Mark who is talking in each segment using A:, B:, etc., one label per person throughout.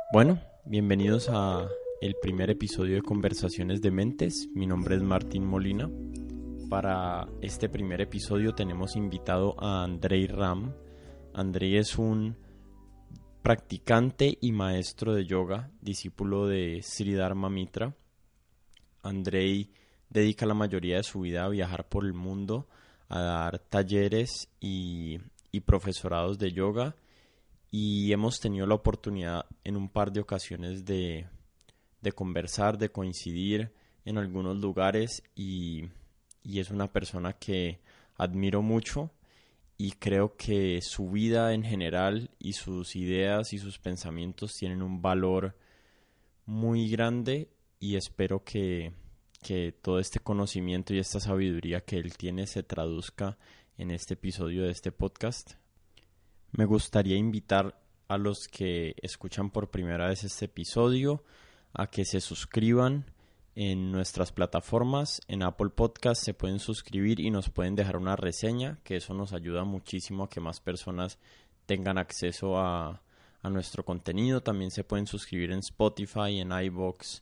A: Bueno, bienvenidos a el primer episodio de Conversaciones de Mentes. Mi nombre es Martín Molina. Para este primer episodio tenemos invitado a Andrei Ram. Andrei es un practicante y maestro de yoga, discípulo de Sridharma Mitra. Andrei dedica la mayoría de su vida a viajar por el mundo, a dar talleres y profesorados de yoga, y hemos tenido la oportunidad en un par de ocasiones de conversar, de coincidir en algunos lugares, y es una persona que admiro mucho y creo que su vida en general y sus ideas y sus pensamientos tienen un valor muy grande, y espero que todo este conocimiento y esta sabiduría que él tiene se traduzca en este episodio de este podcast. Me gustaría invitar a los que escuchan por primera vez este episodio a que se suscriban en nuestras plataformas. En Apple Podcast se pueden suscribir y nos pueden dejar una reseña, que eso nos ayuda muchísimo a que más personas tengan acceso a nuestro contenido. También se pueden suscribir en Spotify, en iVoox,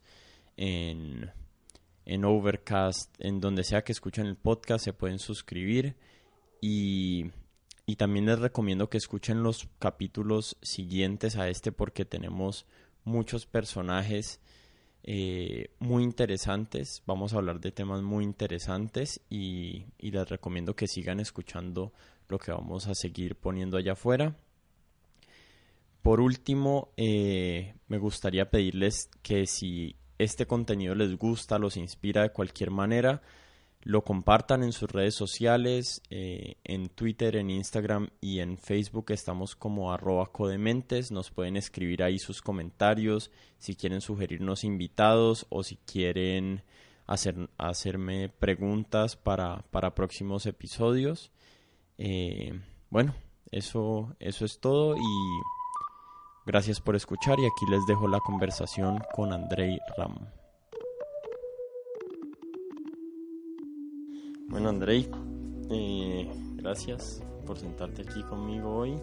A: en Overcast, en donde sea que escuchen el podcast se pueden suscribir, y también les recomiendo que escuchen los capítulos siguientes a este, porque tenemos muchos personajes muy interesantes. Vamos a hablar de temas muy interesantes y les recomiendo que sigan escuchando lo que vamos a seguir poniendo allá afuera. Por último, me gustaría pedirles que si este contenido les gusta, los inspira de cualquier manera, lo compartan en sus redes sociales, en Twitter, en Instagram y en Facebook estamos como @codementes. Nos pueden escribir ahí sus comentarios, si quieren sugerirnos invitados o si quieren hacerme preguntas para próximos episodios. Bueno, eso es todo, y gracias por escuchar, y aquí les dejo la conversación con Andrei Ram. Bueno, Andrei, gracias por sentarte aquí conmigo hoy,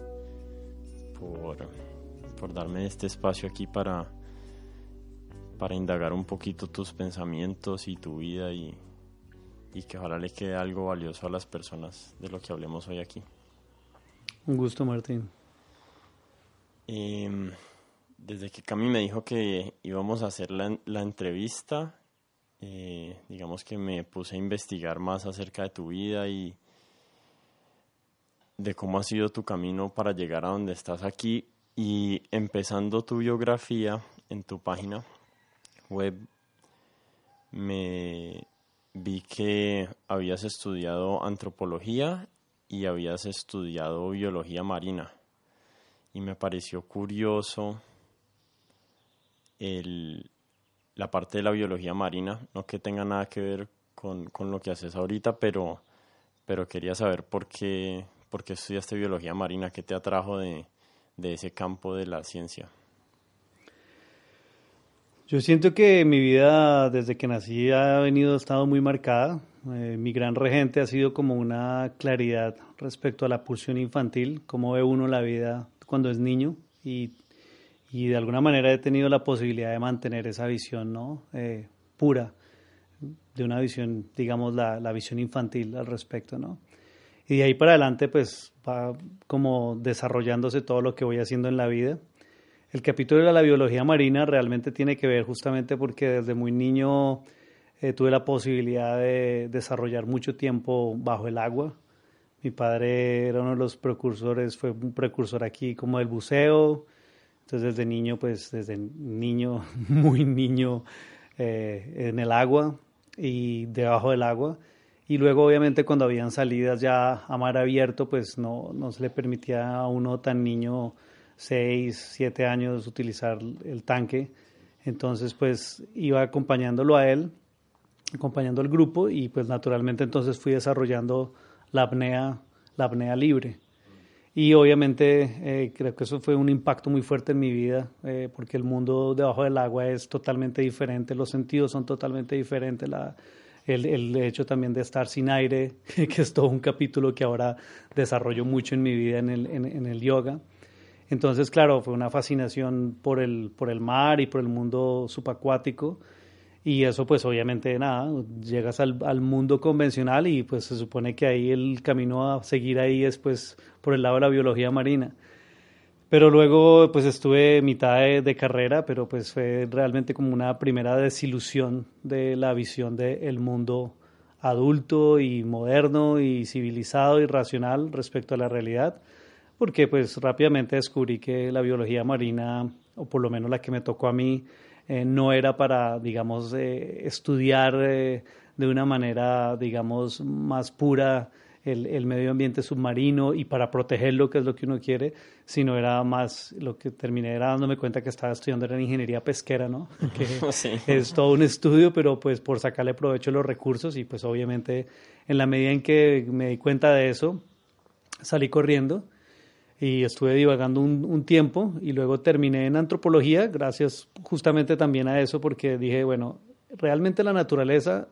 A: por darme este espacio aquí para indagar un poquito tus pensamientos y tu vida, y que ojalá le quede algo valioso a las personas de lo que hablemos hoy aquí.
B: Un gusto, Martín.
A: Desde que Cami me dijo que íbamos a hacer la entrevista, digamos que me puse a investigar más acerca de tu vida y de cómo ha sido tu camino para llegar a donde estás aquí. Y empezando tu biografía en tu página web, me vi que habías estudiado antropología y habías estudiado biología marina, y me pareció curioso la parte de la biología marina, no que tenga nada que ver con lo que haces ahorita, pero quería saber por qué estudiaste biología marina, qué te atrajo de ese campo de la ciencia.
B: Yo siento que mi vida desde que nací ha estado muy marcada. Mi gran regente ha sido como una claridad respecto a la pulsión infantil, cómo ve uno la vida cuando es niño, y de alguna manera he tenido la posibilidad de mantener esa visión, ¿no? Pura, de una visión, digamos, la visión infantil al respecto, ¿no? Y de ahí para adelante pues va como desarrollándose todo lo que voy haciendo en la vida. El capítulo de la biología marina realmente tiene que ver justamente porque desde muy niño tuve la posibilidad de desarrollar mucho tiempo bajo el agua. Mi padre era uno de los precursores, fue un precursor aquí como del buceo. Entonces desde niño, muy niño, en el agua y debajo del agua. Y luego obviamente cuando habían salidas ya a mar abierto, pues no se le permitía a uno tan niño, 6, 7 años, utilizar el tanque. Entonces pues iba acompañándolo a él, acompañando al grupo, y pues naturalmente entonces fui desarrollando la apnea libre. Y obviamente creo que eso fue un impacto muy fuerte en mi vida, porque el mundo debajo del agua es totalmente diferente, los sentidos son totalmente diferentes, el hecho también de estar sin aire, que es todo un capítulo que ahora desarrollo mucho en mi vida en el yoga. Entonces, claro, fue una fascinación por el mar y por el mundo subacuático. Y eso pues obviamente nada, llegas al mundo convencional y pues se supone que ahí el camino a seguir ahí es pues por el lado de la biología marina. Pero luego pues estuve mitad de carrera, pero pues fue realmente como una primera desilusión de la visión del mundo adulto y moderno y civilizado y racional respecto a la realidad, porque pues rápidamente descubrí que la biología marina, o por lo menos la que me tocó a mí, no era para, digamos, estudiar de una manera, digamos, más pura el medio ambiente submarino y para protegerlo, que es lo que uno quiere, sino era más lo que terminé era dándome cuenta que estaba estudiando era ingeniería pesquera, ¿no? Que
A: Sí.
B: es todo un estudio, pero pues por sacarle provecho a los recursos y pues obviamente en la medida en que me di cuenta de eso, salí corriendo y estuve divagando un tiempo y luego terminé en antropología, gracias justamente también a eso, porque dije, bueno, realmente la naturaleza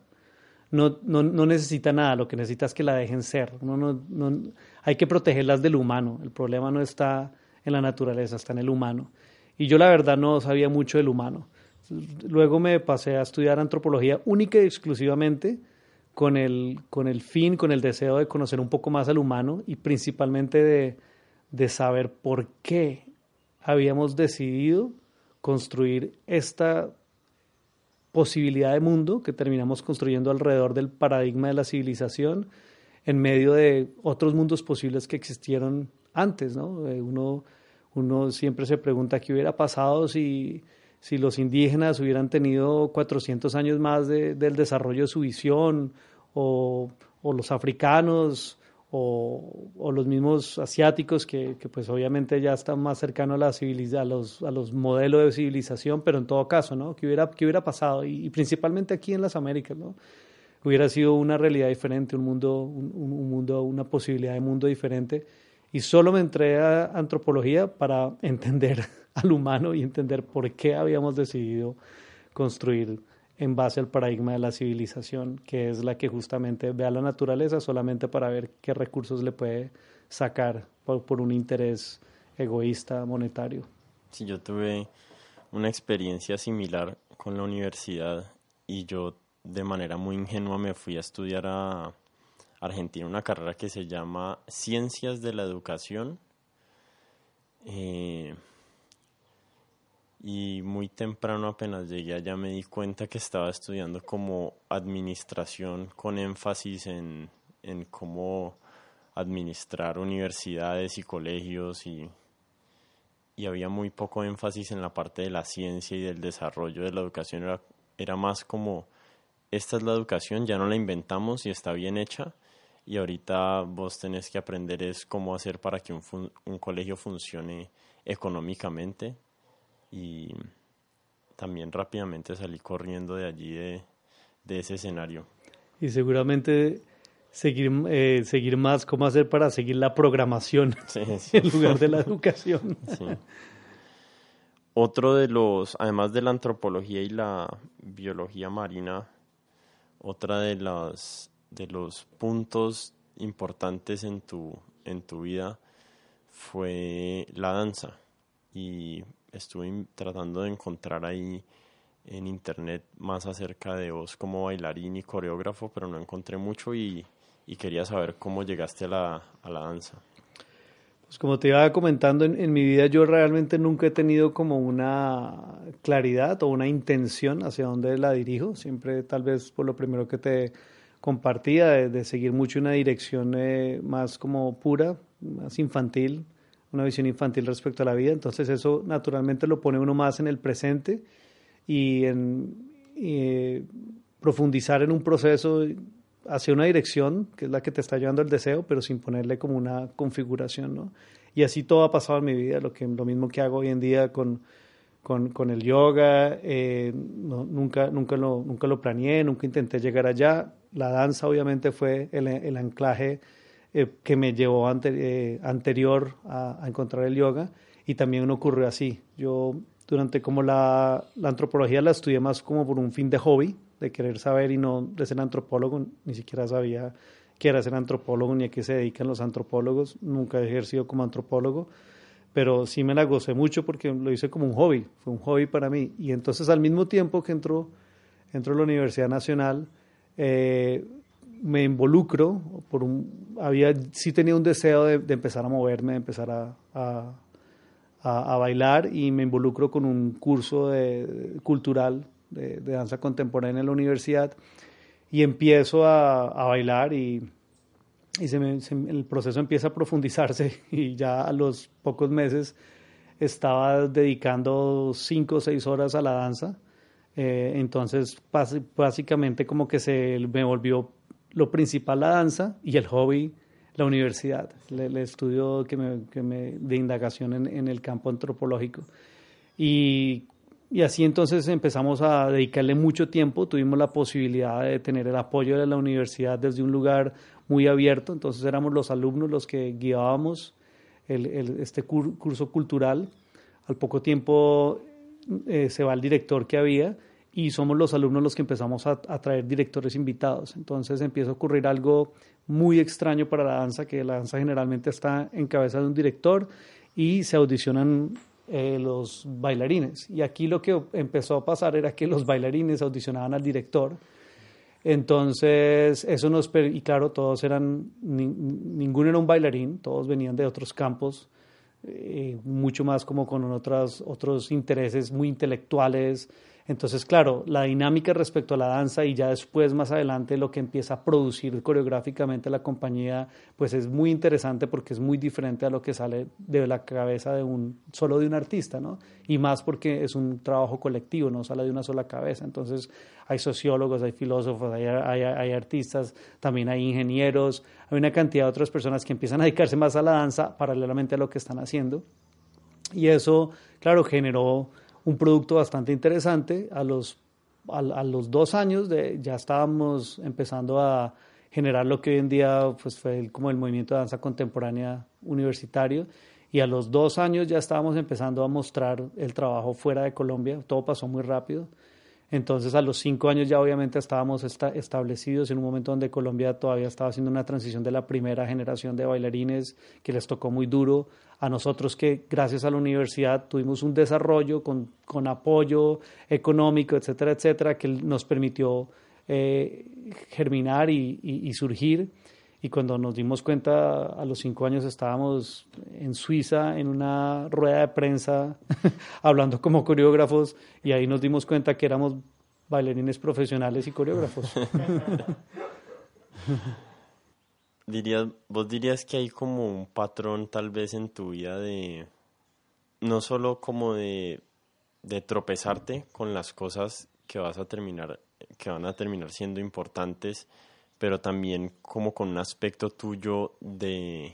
B: no necesita nada, lo que necesita es que la dejen ser. Hay que protegerlas del humano, el problema no está en la naturaleza, está en el humano. Y yo la verdad no sabía mucho del humano. Luego me pasé a estudiar antropología única y exclusivamente con el fin, con el deseo de conocer un poco más al humano y principalmente de saber por qué habíamos decidido construir esta posibilidad de mundo que terminamos construyendo alrededor del paradigma de la civilización en medio de otros mundos posibles que existieron antes, ¿no? Uno siempre se pregunta qué hubiera pasado si los indígenas hubieran tenido 400 años más del desarrollo de su visión o los africanos o los mismos asiáticos que pues obviamente ya están más cercanos a la a los modelos de civilización, pero en todo caso, ¿no? ¿Qué hubiera pasado? Y principalmente aquí en las Américas, ¿no? Hubiera sido una realidad diferente, un mundo, una posibilidad de mundo diferente. Y solo me entré a antropología para entender al humano y entender por qué habíamos decidido construir en base al paradigma de la civilización, que es la que justamente ve a la naturaleza solamente para ver qué recursos le puede sacar por un interés egoísta monetario.
A: Sí, yo tuve una experiencia similar con la universidad y yo de manera muy ingenua me fui a estudiar a Argentina una carrera que se llama Ciencias de la Educación. Y muy temprano apenas llegué allá me di cuenta que estaba estudiando como administración con énfasis en cómo administrar universidades y colegios y había muy poco énfasis en la parte de la ciencia y del desarrollo de la educación. Era más como, esta es la educación, ya no la inventamos y está bien hecha y ahorita vos tenés que aprender es cómo hacer para que un colegio funcione económicamente. Y también rápidamente salí corriendo de allí de ese escenario.
B: Y seguramente seguir más cómo hacer para seguir la programación
A: Sí, sí.
B: en lugar de la educación.
A: Sí. Otro de los, además de la antropología y la biología marina, otra de los puntos importantes en tu vida fue la danza. Y estuve tratando de encontrar ahí en internet más acerca de vos como bailarín y coreógrafo, pero no encontré mucho y quería saber cómo llegaste a la danza.
B: Pues como te iba comentando, en mi vida yo realmente nunca he tenido como una claridad o una intención hacia dónde la dirijo. Siempre tal vez por lo primero que te compartía, de seguir mucho una dirección más como pura, más infantil, una visión infantil respecto a la vida. Entonces eso naturalmente lo pone uno más en el presente y en profundizar en un proceso hacia una dirección que es la que te está llevando el deseo, pero sin ponerle como una configuración, ¿no? Y así todo ha pasado en mi vida, lo mismo que hago hoy en día con el yoga, nunca lo planeé, nunca intenté llegar allá. La danza obviamente fue el anclaje que me llevó anterior a encontrar el yoga y también ocurrió así. Yo durante como la antropología la estudié más como por un fin de hobby, de querer saber y no de ser antropólogo, ni siquiera sabía qué era ser antropólogo ni a qué se dedican los antropólogos, nunca he ejercido como antropólogo, pero sí me la gocé mucho porque lo hice como un hobby, fue un hobby para mí. Y entonces al mismo tiempo que entro a la Universidad Nacional, me involucro, sí tenía un deseo de empezar a moverme, de empezar a bailar, y me involucro con un curso cultural de danza contemporánea en la universidad, y empiezo a bailar y el proceso empieza a profundizarse y ya a los pocos meses estaba dedicando 5 o 6 horas a la danza. Entonces básicamente como que me volvió lo principal la danza y el hobby la universidad, el estudio de indagación en el campo antropológico. Y así entonces empezamos a dedicarle mucho tiempo, tuvimos la posibilidad de tener el apoyo de la universidad desde un lugar muy abierto, entonces éramos los alumnos los que guiábamos este curso cultural. Al poco tiempo se va el director que había y somos los alumnos los que empezamos a traer directores invitados. Entonces empieza a ocurrir algo muy extraño para la danza, que la danza generalmente está en cabeza de un director y se audicionan los bailarines. Y aquí lo que empezó a pasar era que los bailarines audicionaban al director. Entonces, y claro, todos ninguno era un bailarín, todos venían de otros campos, mucho más como con otros intereses muy intelectuales. Entonces, claro, la dinámica respecto a la danza y ya después, más adelante, lo que empieza a producir coreográficamente la compañía, pues es muy interesante porque es muy diferente a lo que sale de la cabeza solo de un artista, ¿no? Y más porque es un trabajo colectivo, no sale de una sola cabeza. Entonces, hay sociólogos, hay filósofos, hay artistas, también hay ingenieros, hay una cantidad de otras personas que empiezan a dedicarse más a la danza paralelamente a lo que están haciendo. Y eso, claro, generó un producto bastante interesante. A los 2 años ya estábamos empezando a generar lo que hoy en día pues, fue como el movimiento de danza contemporánea universitario, y a los 2 años ya estábamos empezando a mostrar el trabajo fuera de Colombia. Todo pasó muy rápido. Entonces a los 5 años ya obviamente estábamos establecidos en un momento donde Colombia todavía estaba haciendo una transición de la primera generación de bailarines, que les tocó muy duro. A nosotros, que gracias a la universidad tuvimos un desarrollo con apoyo económico, etcétera, etcétera, que nos permitió germinar y surgir. Y cuando nos dimos cuenta, a los 5 años estábamos en Suiza en una rueda de prensa hablando como coreógrafos, y ahí nos dimos cuenta que éramos bailarines profesionales y coreógrafos.
A: ¿Vos dirías que hay como un patrón tal vez en tu vida no solo como de tropezarte con las cosas que van a terminar siendo importantes, pero también como con un aspecto tuyo de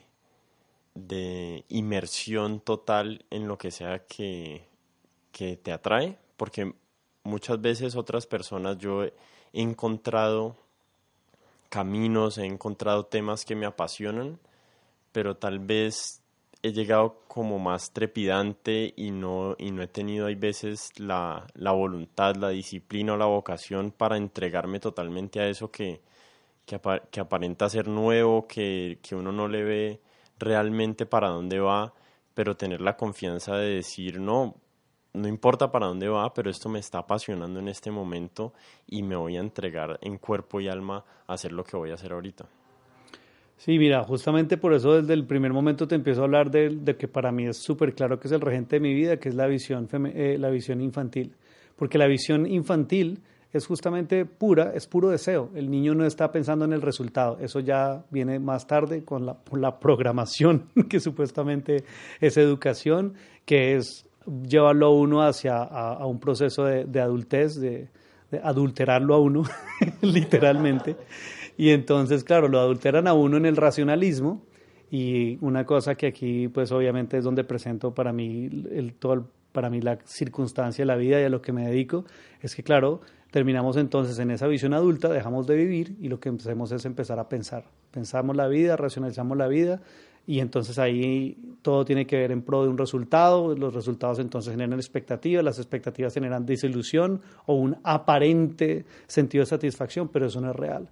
A: inmersión total en lo que sea que te atrae? Porque muchas veces otras personas, yo he encontrado caminos, he encontrado temas que me apasionan, pero tal vez he llegado como más trepidante y no he tenido, hay veces, la voluntad, la disciplina o la vocación para entregarme totalmente a eso que aparenta ser nuevo, que uno no le ve realmente para dónde va, pero tener la confianza de decir, no importa para dónde va, pero esto me está apasionando en este momento y me voy a entregar en cuerpo y alma a hacer lo que voy a hacer ahorita.
B: Sí, mira, justamente por eso desde el primer momento te empiezo a hablar de que para mí es súper claro que es el regente de mi vida, que es la visión infantil. Porque la visión infantil es justamente es puro deseo. El niño no está pensando en el resultado. Eso ya viene más tarde con la programación, que supuestamente es educación, que es llevarlo a uno a un proceso de adultez, de adulterarlo a uno, literalmente. Y entonces, claro, lo adulteran a uno en el racionalismo. Y una cosa que aquí, pues obviamente es donde presento para mí para mí la circunstancia de la vida y a lo que me dedico, es que, claro, terminamos entonces en esa visión adulta, dejamos de vivir y lo que hacemos es empezar a pensar. Pensamos la vida, racionalizamos la vida, y entonces ahí todo tiene que ver en pro de un resultado. Los resultados entonces generan expectativas, las expectativas generan desilusión o un aparente sentido de satisfacción, pero eso no es real.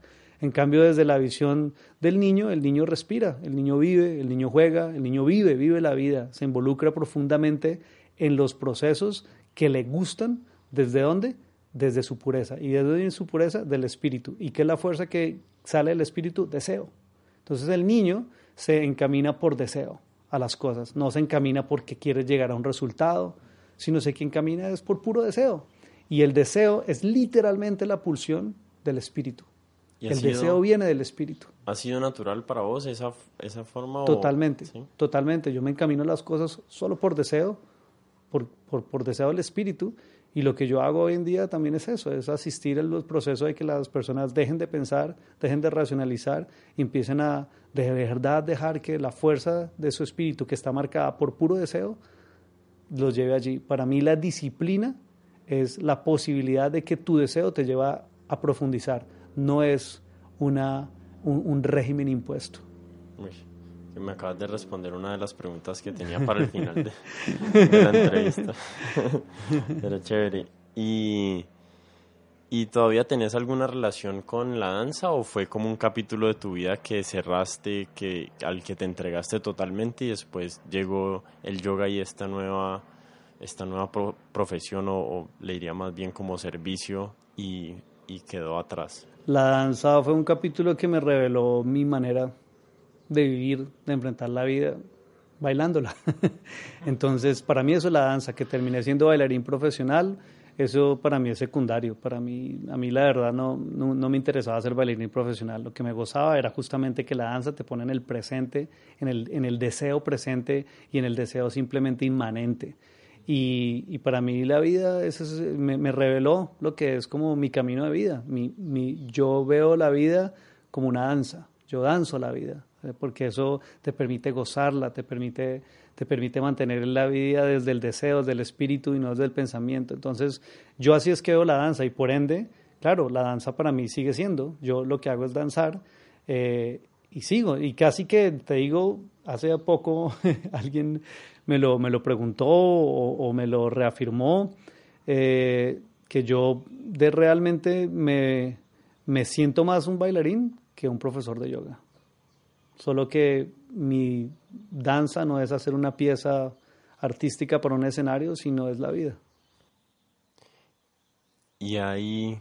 B: En cambio, desde la visión del niño, el niño respira, el niño vive, el niño juega, el niño vive la vida, se involucra profundamente en los procesos que le gustan. ¿Desde dónde? Desde su pureza. ¿Y desde su pureza? Del espíritu. ¿Y qué es la fuerza que sale del espíritu? Deseo. Entonces el niño se encamina por deseo a las cosas, no se encamina porque quiere llegar a un resultado, sino se encamina es por puro deseo. Y el deseo es literalmente la pulsión del espíritu. El deseo viene del espíritu.
A: ¿Ha sido natural para vos esa forma?
B: Totalmente,
A: ¿sí?
B: Totalmente. Yo me encamino a las cosas solo por deseo, por deseo del espíritu. Y lo que yo hago hoy en día también es eso, es asistir al proceso de que las personas dejen de pensar, dejen de racionalizar y empiecen a de verdad dejar que la fuerza de su espíritu, que está marcada por puro deseo, los lleve allí. Para mí la disciplina es la posibilidad de que tu deseo te lleve a profundizar, no es un régimen impuesto.
A: Uy, me acabas de responder una de las preguntas que tenía para el final de la entrevista. Pero chévere. ¿Y todavía tenés alguna relación con la danza o fue como un capítulo de tu vida que cerraste, al que te entregaste totalmente y después llegó el yoga y esta nueva profesión o le diría más bien como servicio y quedó atrás?
B: La danza fue un capítulo que me reveló mi manera de vivir, de enfrentar la vida bailándola. Entonces, para mí eso es la danza, que terminé siendo bailarín profesional, eso para mí es secundario. A mí la verdad no me interesaba ser bailarín profesional. Lo que me gozaba era justamente que la danza te pone en el presente, en el deseo presente y en el deseo simplemente inmanente. Y para mí la vida me reveló lo que es como mi camino de vida. Yo veo la vida como una danza, yo danzo la vida, porque eso te permite gozarla, te permite mantener la vida desde el deseo, desde el espíritu y no desde el pensamiento. Entonces yo así es que veo la danza y por ende, claro, la danza para mí sigue siendo, yo lo que hago es danzar y sigo. Y casi que te digo, hace poco alguien me lo preguntó o me lo reafirmó, que yo realmente me siento más un bailarín que un profesor de yoga. Solo que mi danza no es hacer una pieza artística para un escenario, sino es la vida.
A: Y hay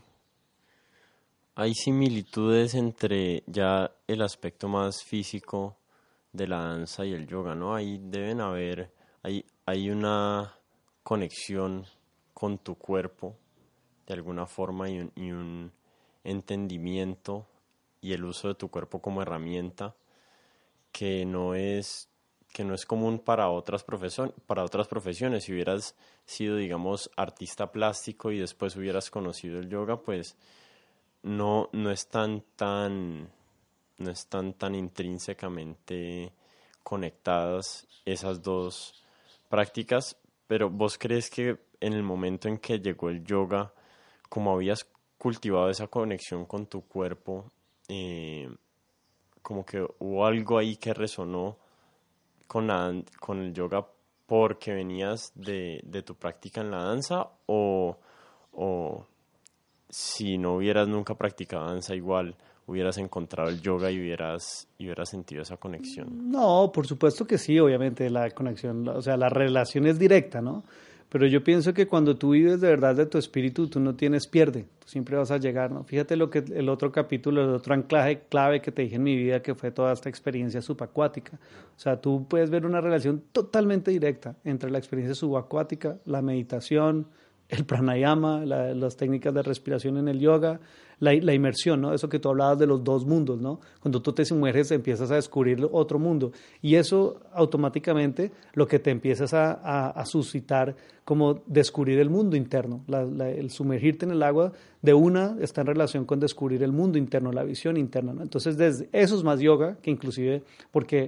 A: similitudes entre ya el aspecto más físico de la danza y el yoga, ¿no? Ahí deben haber, hay una conexión con tu cuerpo de alguna forma y un entendimiento y el uso de tu cuerpo como herramienta que no es común para otras profesiones. Si hubieras sido, digamos, artista plástico y después hubieras conocido el yoga, pues no están tan intrínsecamente conectadas esas dos prácticas. Pero ¿vos crees que en el momento en que llegó el yoga, como habías cultivado esa conexión con tu cuerpo, como que hubo algo ahí que resonó con el yoga porque venías de tu práctica en la danza o si no hubieras nunca practicado danza igual hubieras encontrado el yoga y hubieras sentido esa conexión?
B: No, por supuesto que sí, obviamente la conexión, o sea, la relación es directa, ¿no? Pero yo pienso que cuando tú vives de verdad de tu espíritu, tú no tienes pierde, tú siempre vas a llegar, ¿no? Fíjate lo que el otro capítulo, el otro anclaje clave que te dije en mi vida, que fue toda esta experiencia subacuática. O sea, tú puedes ver una relación totalmente directa entre la experiencia subacuática, la meditación, el pranayama, las técnicas de respiración en el yoga, la inmersión, ¿no? Eso que tú hablabas de los dos mundos, ¿no? Cuando tú te sumerges empiezas a descubrir otro mundo y eso automáticamente lo que te empiezas a suscitar como descubrir el mundo interno. El sumergirte en el agua de una está en relación con descubrir el mundo interno, la visión interna, ¿no? Entonces eso es más yoga que inclusive porque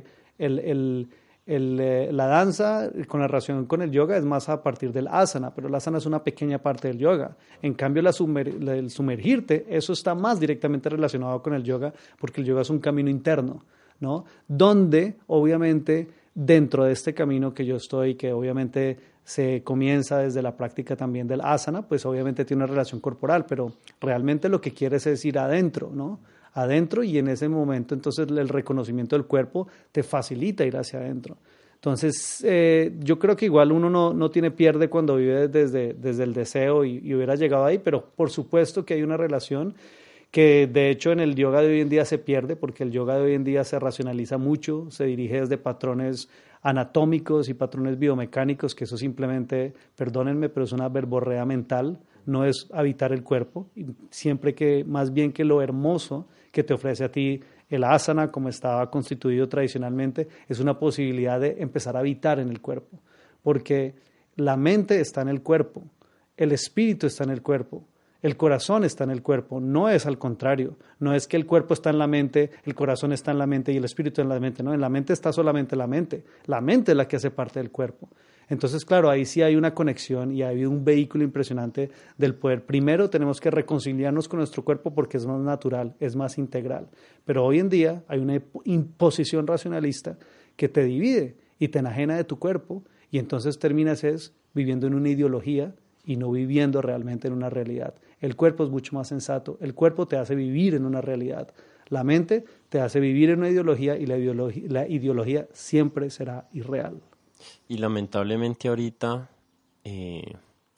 B: la danza con la relación con el yoga es más a partir del asana, pero el asana es una pequeña parte del yoga. En cambio, el sumergirte, eso está más directamente relacionado con el yoga, porque el yoga es un camino interno, ¿no? Donde, obviamente, dentro de este camino que yo estoy, que obviamente se comienza desde la práctica también del asana, pues obviamente tiene una relación corporal, pero realmente lo que quieres es ir adentro, ¿no? adentro, y en ese momento entonces el reconocimiento del cuerpo te facilita ir hacia adentro. Entonces, yo creo que igual uno no tiene pierde cuando vive desde el deseo y hubiera llegado ahí, pero por supuesto que hay una relación que de hecho en el yoga de hoy en día se pierde, porque el yoga de hoy en día se racionaliza mucho, se dirige desde patrones anatómicos y patrones biomecánicos, que eso simplemente, perdónenme, pero es una verborrea mental, no es habitar el cuerpo, siempre que, más bien que lo hermoso que te ofrece a ti el asana, como estaba constituido tradicionalmente, es una posibilidad de empezar a habitar en el cuerpo, porque la mente está en el cuerpo, el espíritu está en el cuerpo, el corazón está en el cuerpo, no es al contrario, no es que el cuerpo está en la mente, el corazón está en la mente y el espíritu en la mente, no, en la mente está solamente la mente es la que hace parte del cuerpo. Entonces, claro, ahí sí hay una conexión y hay un vehículo impresionante del poder. Primero tenemos que reconciliarnos con nuestro cuerpo porque es más natural, es más integral. Pero hoy en día hay una imposición racionalista que te divide y te enajena de tu cuerpo, y entonces terminas viviendo en una ideología y no viviendo realmente en una realidad. El cuerpo es mucho más sensato, el cuerpo te hace vivir en una realidad. La mente te hace vivir en una ideología y la ideología siempre será irreal.
A: Y lamentablemente ahorita en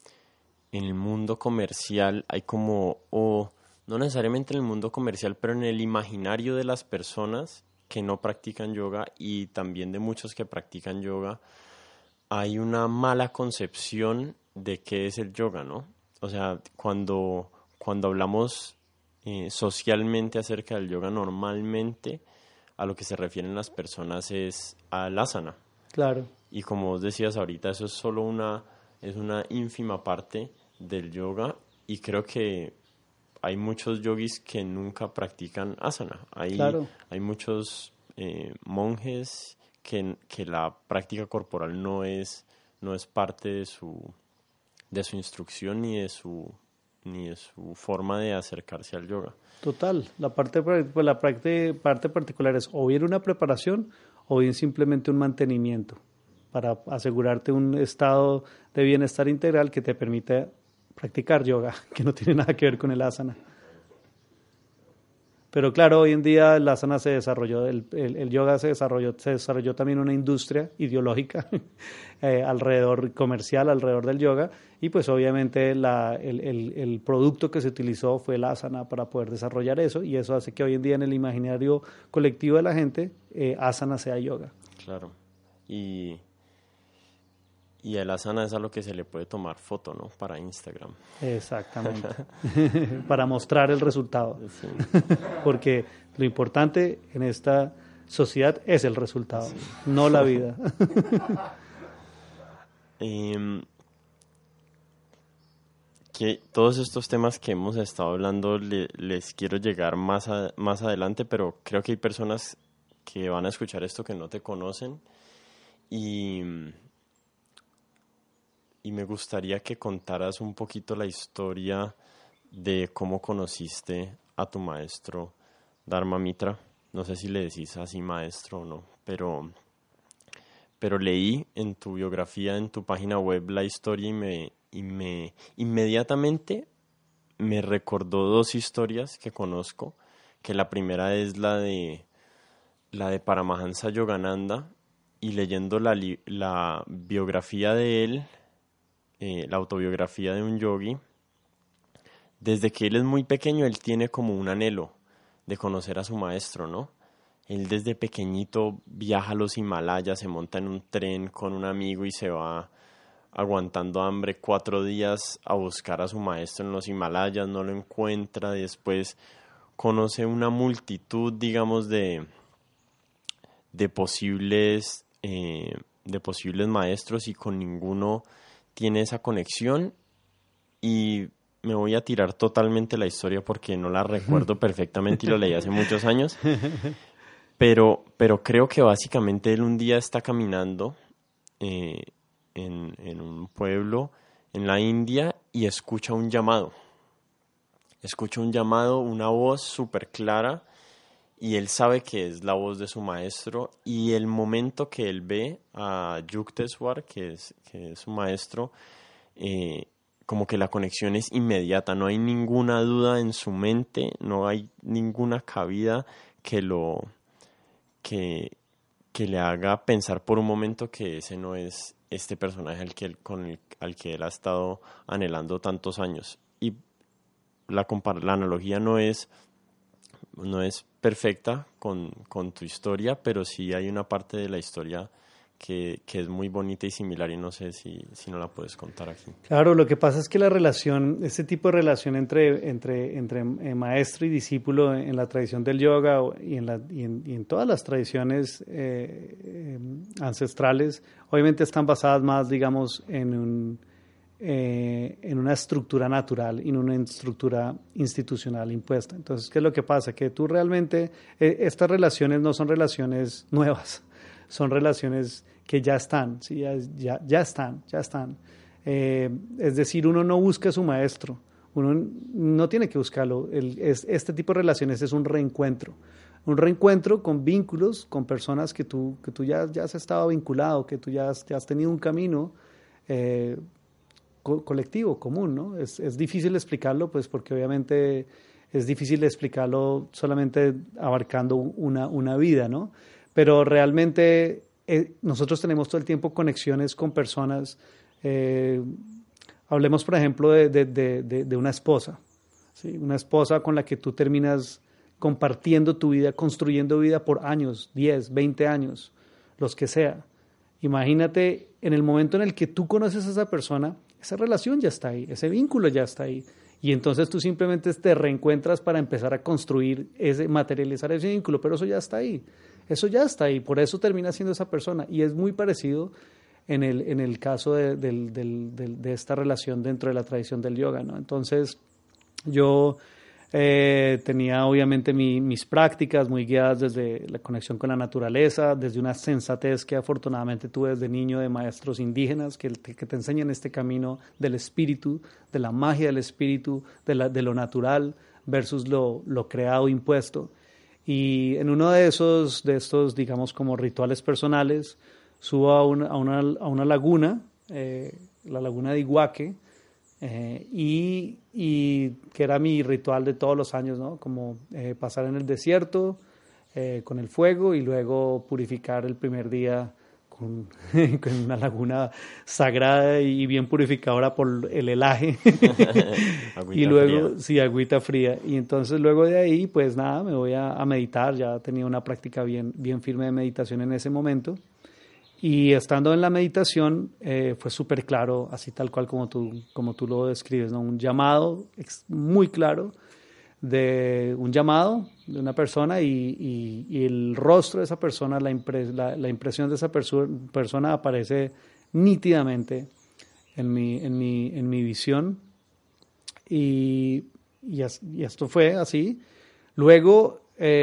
A: el mundo comercial hay como, o no necesariamente en el mundo comercial, pero en el imaginario de las personas que no practican yoga y también de muchos que practican yoga, hay una mala concepción de qué es el yoga, ¿no? O sea, cuando hablamos socialmente acerca del yoga, normalmente a lo que se refieren las personas es al asana.
B: Claro.
A: Y como vos decías ahorita, eso es solo una ínfima parte del yoga, y creo que hay muchos yogis que nunca practican asana.
B: Claro.
A: Hay muchos monjes que la práctica corporal no es parte de su instrucción ni de su forma de acercarse al yoga.
B: Total, la parte particular es o bien una preparación o bien simplemente un mantenimiento para asegurarte un estado de bienestar integral que te permite practicar yoga, que no tiene nada que ver con el asana. Pero claro, hoy en día el asana se desarrolló, el yoga se desarrolló también una industria ideológica alrededor comercial, alrededor del yoga, y pues obviamente el producto que se utilizó fue el asana para poder desarrollar eso, y eso hace que hoy en día en el imaginario colectivo de la gente, asana sea yoga.
A: Claro, y el asana es a lo que se le puede tomar foto, ¿no? Para Instagram.
B: Exactamente. Para mostrar el resultado.
A: Sí.
B: Porque lo importante en esta sociedad es el resultado, sí, no la vida.
A: Que todos estos temas que hemos estado hablando les quiero llegar más adelante, pero creo que hay personas que van a escuchar esto que no te conocen, y me gustaría que contaras un poquito la historia de cómo conociste a tu maestro Dharma Mitra. No sé si le decís así maestro o no, pero leí en tu biografía, en tu página web, la historia y me inmediatamente me recordó dos historias que conozco, que la primera es la de Paramahansa Yogananda, y leyendo la biografía de él, la autobiografía de un yogi, desde que él es muy pequeño, él tiene como un anhelo de conocer a su maestro, ¿no? Él desde pequeñito viaja a los Himalayas, se monta en un tren con un amigo y se va aguantando hambre 4 días a buscar a su maestro en los Himalayas, no lo encuentra, después conoce una multitud, digamos, de posibles maestros, y con ninguno tiene esa conexión, y me voy a tirar totalmente la historia porque no la recuerdo perfectamente y lo leí hace muchos años, pero creo que básicamente él un día está caminando en un pueblo en la India y escucha un llamado, una voz súper clara, y él sabe que es la voz de su maestro, y el momento que él ve a Yukteswar, que es su maestro, como que la conexión es inmediata, no hay ninguna duda en su mente, no hay ninguna cabida que que le haga pensar por un momento que ese no es este personaje al que él ha estado anhelando tantos años. Y la analogía no es perfecta con tu historia, pero sí hay una parte de la historia que es muy bonita y similar, y no sé si no la puedes contar aquí.
B: Claro, lo que pasa es que la relación, este tipo de relación entre maestro y discípulo en la tradición del yoga y en todas las tradiciones ancestrales, obviamente están basadas más, digamos, en una estructura natural y en una estructura institucional impuesta. Entonces, ¿qué es lo que pasa? Que tú realmente, estas relaciones no son relaciones nuevas, son relaciones que ya están, ¿sí? ya están. Es decir, uno no busca a su maestro, uno no tiene que buscarlo. Este tipo de relaciones es un reencuentro con vínculos, con personas que tú ya has estado vinculado, que tú ya has tenido un camino colectivo, común, ¿no? Es difícil explicarlo, pues porque obviamente es difícil explicarlo solamente abarcando una vida, ¿no? Pero realmente nosotros tenemos todo el tiempo conexiones con personas. Hablemos, por ejemplo, de una esposa, ¿sí? Una esposa con la que tú terminas compartiendo tu vida, construyendo vida por años, 10, 20 años, los que sea. Imagínate, en el momento en el que tú conoces a esa persona, esa relación ya está ahí, ese vínculo ya está ahí. Y entonces tú simplemente te reencuentras para empezar a construir, materializar ese vínculo, pero eso ya está ahí. Eso ya está ahí, por eso termina siendo esa persona. Y es muy parecido en el caso de esta relación dentro de la tradición del yoga, ¿no? Entonces, yo tenía obviamente mis prácticas muy guiadas desde la conexión con la naturaleza, desde una sensatez que afortunadamente tuve desde niño de maestros indígenas que te enseñan este camino del espíritu, de la magia del espíritu, de lo natural versus lo creado, impuesto. Y en uno de estos, digamos, como rituales personales, subo a una laguna, la laguna de Iguaque, y que era mi ritual de todos los años, ¿no? Como pasar en el desierto con el fuego y luego purificar el primer día con una laguna sagrada y bien purificadora por el helaje. Y luego, fría. Sí, agüita fría. Y entonces luego de ahí, pues nada, me voy a meditar. Ya tenía una práctica bien firme de meditación en ese momento. Y estando en la meditación fue súper claro, así tal cual como tú lo describes, ¿no? Un llamado muy claro de una persona y el rostro de esa persona, la impresión de esa persona aparece nítidamente en mi visión y esto fue así. Luego,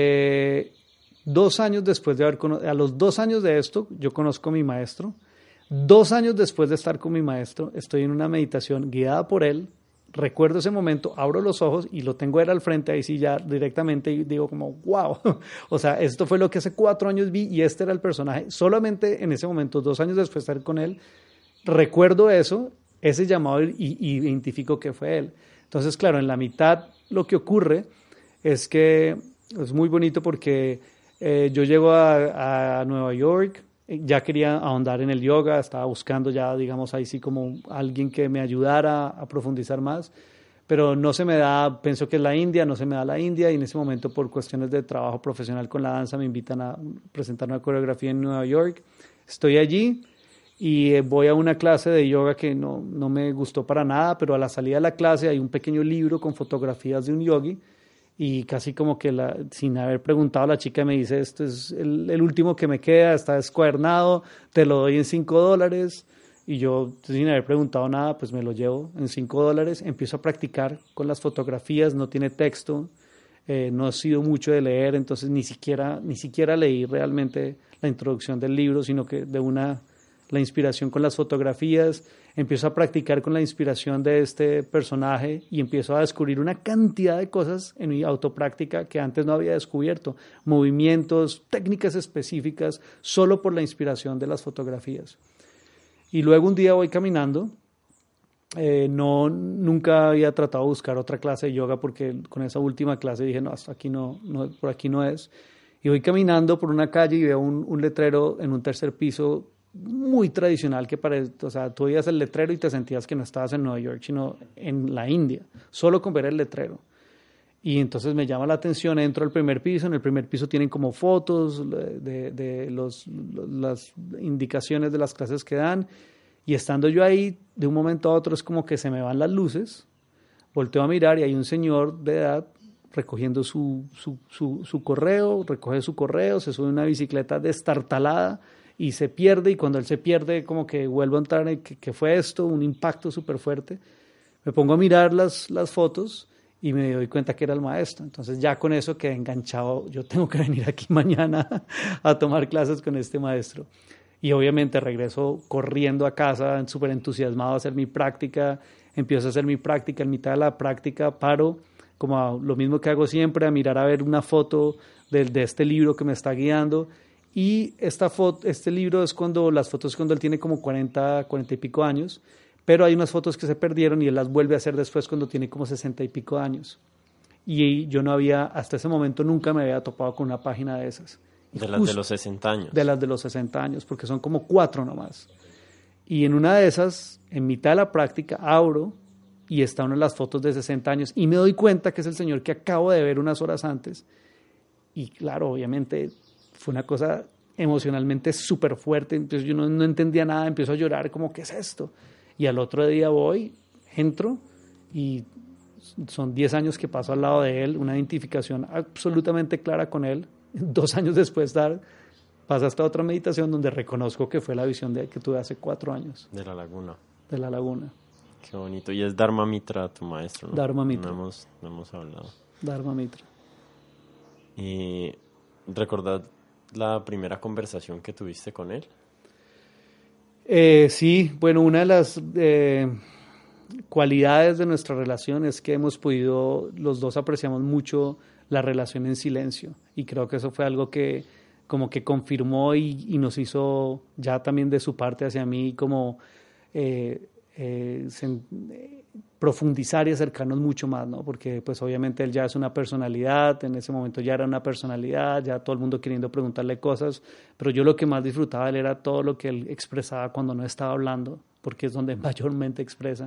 B: 2 años después a los 2 años de esto, yo conozco a mi maestro. 2 años después de estar con mi maestro, estoy en una meditación guiada por él. Recuerdo ese momento, abro los ojos y lo tengo él al frente, ahí sí ya directamente y digo como, wow. O sea, esto fue lo que hace 4 años vi y este era el personaje. Solamente en ese momento, 2 años después de estar con él, recuerdo ese llamado y identifico que fue él. Entonces, claro, en la mitad lo que ocurre es que es muy bonito porque yo llego a Nueva York, ya quería ahondar en el yoga, estaba buscando ya, digamos, ahí sí como alguien que me ayudara a profundizar más, pero no se me da, pienso que es la India, no se me da la India, y en ese momento por cuestiones de trabajo profesional con la danza me invitan a presentar una coreografía en Nueva York. Estoy allí y voy a una clase de yoga que no me gustó para nada, pero a la salida de la clase hay un pequeño libro con fotografías de un yogi. Y casi como que sin haber preguntado, la chica me dice, esto es el último que me queda, está descuadernado, te lo doy en $5. Y yo, sin haber preguntado nada, pues me lo llevo en $5, empiezo a practicar con las fotografías, no tiene texto, no he sido mucho de leer, entonces ni siquiera leí realmente la introducción del libro, sino que la inspiración con las fotografías, empiezo a practicar con la inspiración de este personaje y empiezo a descubrir una cantidad de cosas en mi autopráctica que antes no había descubierto, movimientos, técnicas específicas, solo por la inspiración de las fotografías. Y luego un día voy caminando No, nunca había tratado de buscar otra clase de yoga porque con esa última clase dije, no, hasta aquí no, por aquí no es. Y voy caminando por una calle y veo un letrero en un tercer piso muy tradicional que parece, o sea, tú veías el letrero y te sentías que no estabas en Nueva York, sino en la India, solo con ver el letrero. Y entonces me llama la atención, entro al primer piso, en el primer piso tienen como fotos de las indicaciones de las clases que dan, y estando yo ahí, de un momento a otro es como que se me van las luces, volteo a mirar y hay un señor de edad recogiendo su correo, recoge su correo, se sube a una bicicleta destartalada y se pierde, y cuando él se pierde como que vuelvo a entrar en que fue esto, un impacto súper fuerte. Me pongo a mirar las fotos y me doy cuenta que era el maestro. Entonces ya con eso quedé enganchado, yo tengo que venir aquí mañana a tomar clases con este maestro. Y obviamente regreso corriendo a casa, súper entusiasmado a hacer mi práctica, empiezo a hacer mi práctica, en mitad de la práctica paro, como lo mismo que hago siempre, a mirar a ver una foto de este libro que me está guiando. Y este libro es las fotos cuando él tiene como 40 y pico años, pero hay unas fotos que se perdieron y él las vuelve a hacer después cuando tiene como 60 y pico años. Y yo no había, hasta ese momento nunca me había topado con una página de esas.
A: De las de los 60 años.
B: De las de los 60 años, porque son como 4 nomás. Y en una de esas, en mitad de la práctica, abro y está una de las fotos de 60 años y me doy cuenta que es el señor que acabo de ver unas horas antes. Y claro, obviamente fue una cosa emocionalmente súper fuerte. Entonces yo no entendía nada, empiezo a llorar como, ¿qué es esto? Y al otro día entro y son 10 años que paso al lado de él, una identificación absolutamente clara con él. 2 años después pasa hasta otra meditación donde reconozco que fue la visión que tuve hace 4 años.
A: De la laguna.
B: De la laguna.
A: Qué bonito. Y es Dharma Mitra tu maestro, ¿no?
B: Dharma Mitra.
A: No hemos hablado.
B: Dharma Mitra.
A: ¿Y recordás la primera conversación que tuviste con él?
B: Sí, bueno, una de las cualidades de nuestra relación es que los dos apreciamos mucho la relación en silencio, y creo que eso fue algo que como que confirmó y nos hizo ya también de su parte hacia mí como profundizar y acercarnos mucho más, ¿no? Porque pues obviamente él ya es una personalidad, en ese momento ya era una personalidad, ya todo el mundo queriendo preguntarle cosas, pero yo lo que más disfrutaba de él era todo lo que él expresaba cuando no estaba hablando, porque es donde mayormente expresa.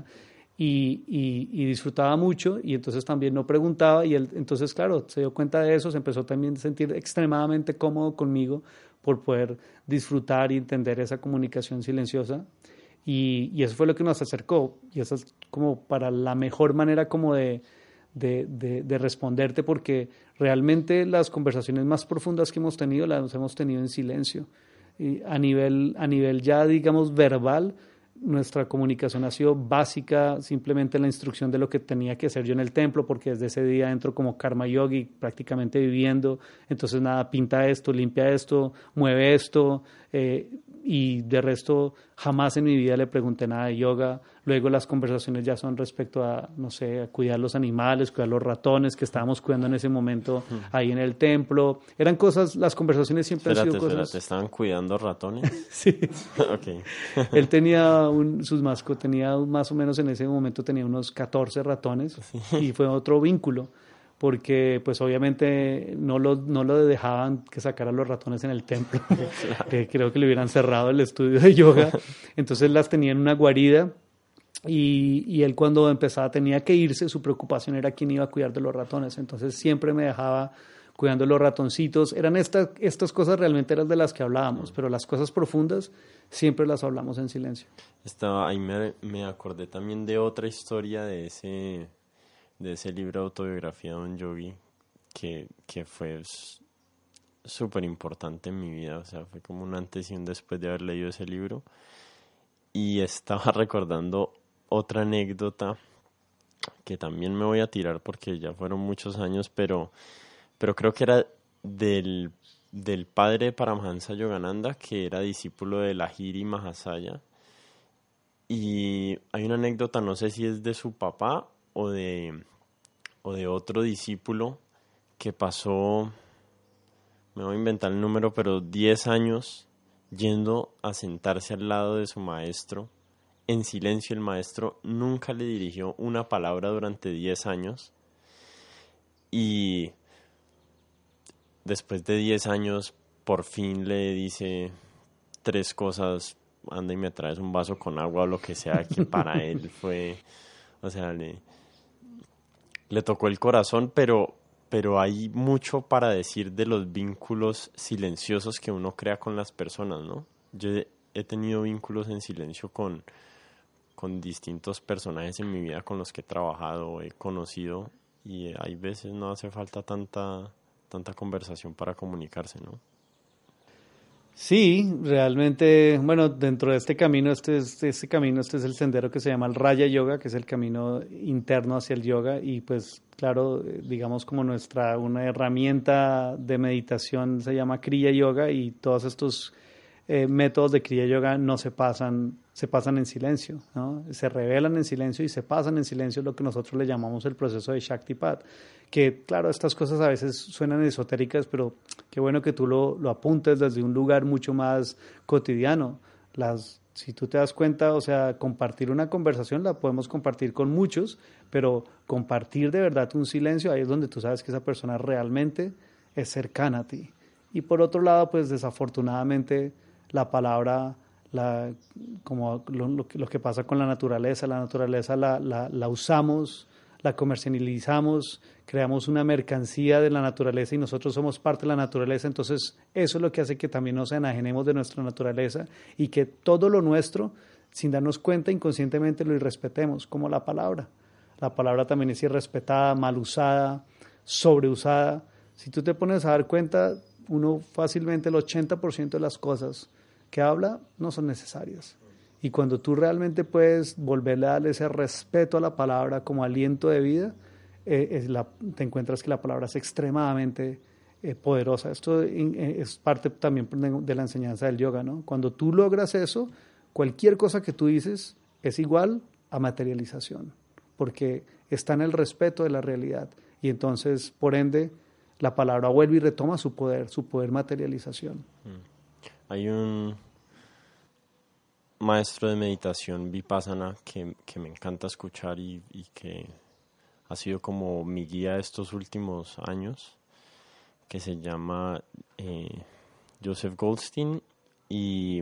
B: Y disfrutaba mucho, y entonces también no preguntaba, y él entonces claro, se dio cuenta de eso, se empezó también a sentir extremadamente cómodo conmigo por poder disfrutar y entender esa comunicación silenciosa, y eso fue lo que nos acercó, y esa es como para la mejor manera como de responderte, porque realmente las conversaciones más profundas que hemos tenido las hemos tenido en silencio, y a nivel ya digamos verbal. Nuestra comunicación ha sido básica, simplemente la instrucción de lo que tenía que hacer yo en el templo, porque desde ese día entro como karma yogi, prácticamente viviendo. Entonces nada, pinta esto, limpia esto, mueve esto, y de resto jamás en mi vida le pregunté nada de yoga. Luego las conversaciones ya son respecto a, no sé, a cuidar los animales, cuidar los ratones que estábamos cuidando en ese momento ahí en el templo. Eran cosas, las conversaciones siempre han sido cosas...
A: ¿Te estaban cuidando ratones?
B: Sí.
A: Okay.
B: Él tenía sus mascotas, tenía más o menos en ese momento tenía unos 14 ratones, y fue otro vínculo, porque pues obviamente no lo dejaban que sacara los ratones en el templo. Claro. Creo que le hubieran cerrado el estudio de yoga. Entonces las tenía en una guarida, y él cuando empezaba tenía que irse, su preocupación era quién iba a cuidar de los ratones. Entonces siempre me dejaba cuidando los ratoncitos. Eran estas cosas realmente eran de las que hablábamos, pero las cosas profundas siempre las hablamos en silencio.
A: Ahí me acordé también de otra historia de ese libro de autobiografía de un yogi que fue súper importante en mi vida. O sea, fue como un antes y un después de haber leído ese libro. Y estaba recordando otra anécdota que también me voy a tirar porque ya fueron muchos años, pero creo que era del padre de Paramahansa Yogananda, que era discípulo de Lahiri Mahasaya. Y hay una anécdota, no sé si es de su papá o de otro discípulo, que pasó, me voy a inventar el número, pero 10 años yendo a sentarse al lado de su maestro en silencio. El maestro nunca le dirigió una palabra durante 10 años y después de 10 años por fin le dice 3 cosas: anda y me traes un vaso con agua o lo que sea, que para él fue, o sea, le tocó el corazón, pero hay mucho para decir de los vínculos silenciosos que uno crea con las personas, ¿no? Yo he tenido vínculos en silencio con distintos personajes en mi vida con los que he trabajado, he conocido, y hay veces no hace falta tanta conversación para comunicarse, ¿no?
B: Sí, realmente, bueno, dentro de este camino, este es el sendero que se llama el Raya Yoga, que es el camino interno hacia el yoga y pues claro, digamos como una herramienta de meditación se llama Kriya Yoga y todos estos métodos de Kriya Yoga no se pasan en silencio, ¿no? Se revelan en silencio y se pasan en silencio, lo que nosotros le llamamos el proceso de Shaktipat, que claro, estas cosas a veces suenan esotéricas, pero qué bueno que tú lo apuntes desde un lugar mucho más cotidiano. Si tú te das cuenta, o sea, compartir una conversación la podemos compartir con muchos, pero compartir de verdad un silencio, ahí es donde tú sabes que esa persona realmente es cercana a ti. Y por otro lado, pues desafortunadamente la palabra, como lo que pasa con la naturaleza la usamos, la comercializamos, creamos una mercancía de la naturaleza y nosotros somos parte de la naturaleza, entonces eso es lo que hace que también nos enajenemos de nuestra naturaleza y que todo lo nuestro, sin darnos cuenta, inconscientemente lo irrespetemos, como la palabra. La palabra también es irrespetada, mal usada, sobreusada. Si tú te pones a dar cuenta, uno fácilmente el 80% de las cosas que habla no son necesarias. Y cuando tú realmente puedes volverle a darle ese respeto a la palabra como aliento de vida, te encuentras que la palabra es extremadamente poderosa. Esto es parte también de la enseñanza del yoga, ¿no? Cuando tú logras eso, cualquier cosa que tú dices es igual a materialización, porque está en el respeto de la realidad. Y entonces, por ende, la palabra vuelve y retoma su poder materialización.
A: Hay un maestro de meditación vipassana que me encanta escuchar y que ha sido como mi guía estos últimos años, que se llama Joseph Goldstein, y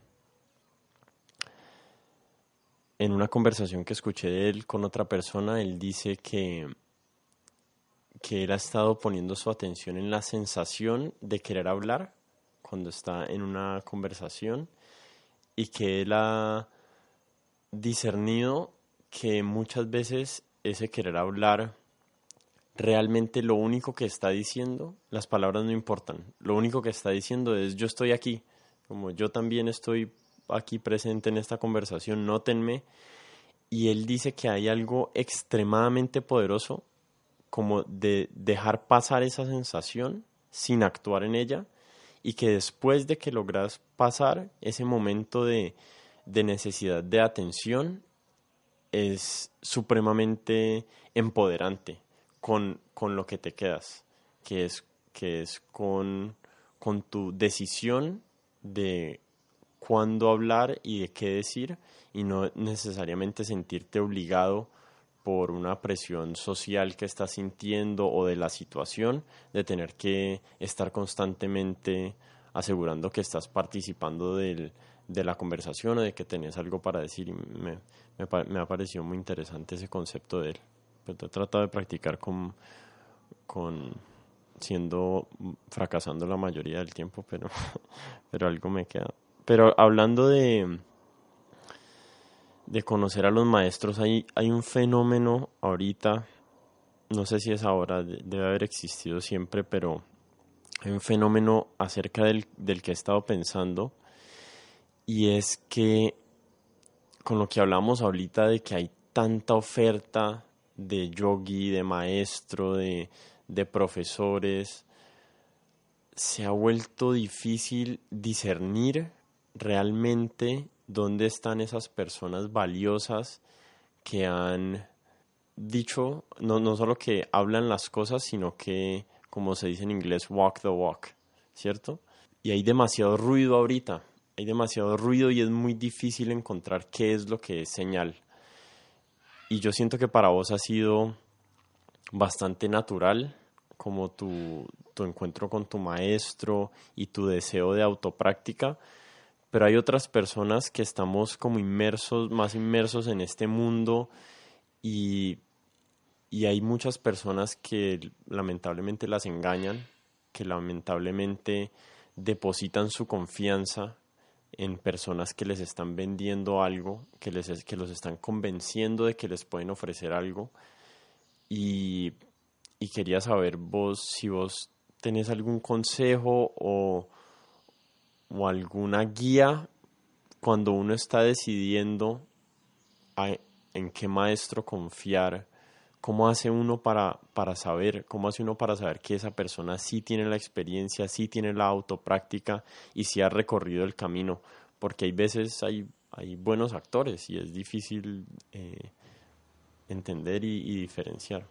A: en una conversación que escuché de él con otra persona, él dice que él ha estado poniendo su atención en la sensación de querer hablar cuando está en una conversación y que él ha discernido que muchas veces ese querer hablar, realmente lo único que está diciendo, las palabras no importan, lo único que está diciendo es: yo estoy aquí, como yo también estoy aquí presente en esta conversación, nótenme. Y él dice que hay algo extremadamente poderoso como de dejar pasar esa sensación sin actuar en ella, y que después de que logras pasar ese momento de necesidad de atención, es supremamente empoderante con lo que te quedas, que es con tu decisión de cuándo hablar y de qué decir, y no necesariamente sentirte obligado por una presión social que estás sintiendo o de la situación, de tener que estar constantemente asegurando que estás participando de la conversación o de que tenés algo para decir. Y me ha parecido muy interesante ese concepto de él. Pero he tratado de practicar con fracasando la mayoría del tiempo, pero algo me queda. Pero hablando de conocer a los maestros, hay un fenómeno ahorita, no sé si es ahora, debe haber existido siempre, pero hay un fenómeno acerca del que he estado pensando, y es que con lo que hablamos ahorita de que hay tanta oferta de yogi, de maestro, de profesores, se ha vuelto difícil discernir realmente dónde están esas personas valiosas que han dicho, no solo que hablan las cosas, sino que, como se dice en inglés, walk the walk, ¿cierto? Y hay demasiado ruido ahorita hay demasiado ruido y es muy difícil encontrar qué es lo que es señal. Y yo siento que para vos ha sido bastante natural, como tu encuentro con tu maestro y tu deseo de autopráctica, pero hay otras personas que estamos como más inmersos en este mundo y hay muchas personas que lamentablemente las engañan, que lamentablemente depositan su confianza en personas que les están vendiendo algo, que los están convenciendo de que les pueden ofrecer algo. Y quería saber si vos tenés algún consejo o alguna guía cuando uno está decidiendo en qué maestro confiar. ¿Cómo hace uno para saber que esa persona sí tiene la experiencia, sí tiene la autopráctica y sí ha recorrido el camino? Porque hay veces hay buenos actores y es difícil entender y diferenciar.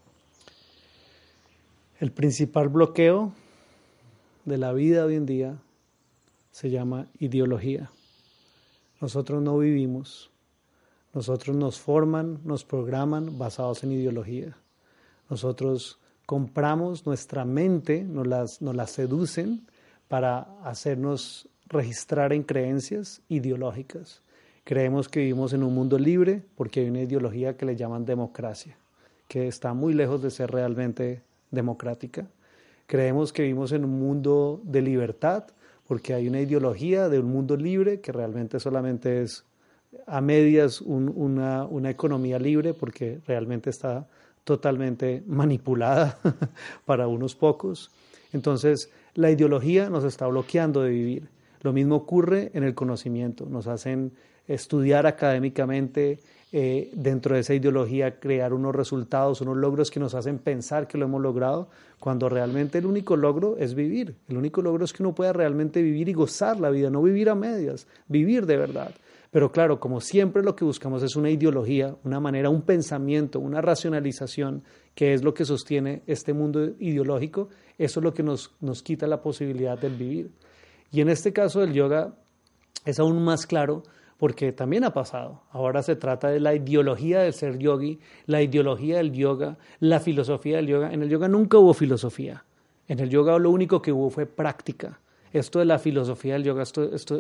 B: El principal bloqueo de la vida hoy en día se llama ideología. Nosotros no vivimos. Nosotros nos forman, nos programan basados en ideología. Nosotros compramos nuestra mente, nos la seducen para hacernos registrar en creencias ideológicas. Creemos que vivimos en un mundo libre porque hay una ideología que le llaman democracia, que está muy lejos de ser realmente democrática. Creemos que vivimos en un mundo de libertad porque hay una ideología de un mundo libre que realmente solamente es a medias una economía libre porque realmente está totalmente manipulada para unos pocos. Entonces, la ideología nos está bloqueando de vivir. Lo mismo ocurre en el conocimiento. Nos hacen estudiar académicamente, dentro de esa ideología crear unos resultados, unos logros que nos hacen pensar que lo hemos logrado, cuando realmente el único logro es vivir. El único logro es que uno pueda realmente vivir y gozar la vida, no vivir a medias, vivir de verdad. Pero claro, como siempre lo que buscamos es una ideología, una manera, un pensamiento, una racionalización, que es lo que sostiene este mundo ideológico, eso es lo que nos quita la posibilidad del vivir. Y en este caso del yoga es aún más claro porque también ha pasado. Ahora se trata de la ideología del ser yogi, la ideología del yoga, la filosofía del yoga. En el yoga nunca hubo filosofía. En el yoga lo único que hubo fue práctica. Esto de la filosofía del yoga,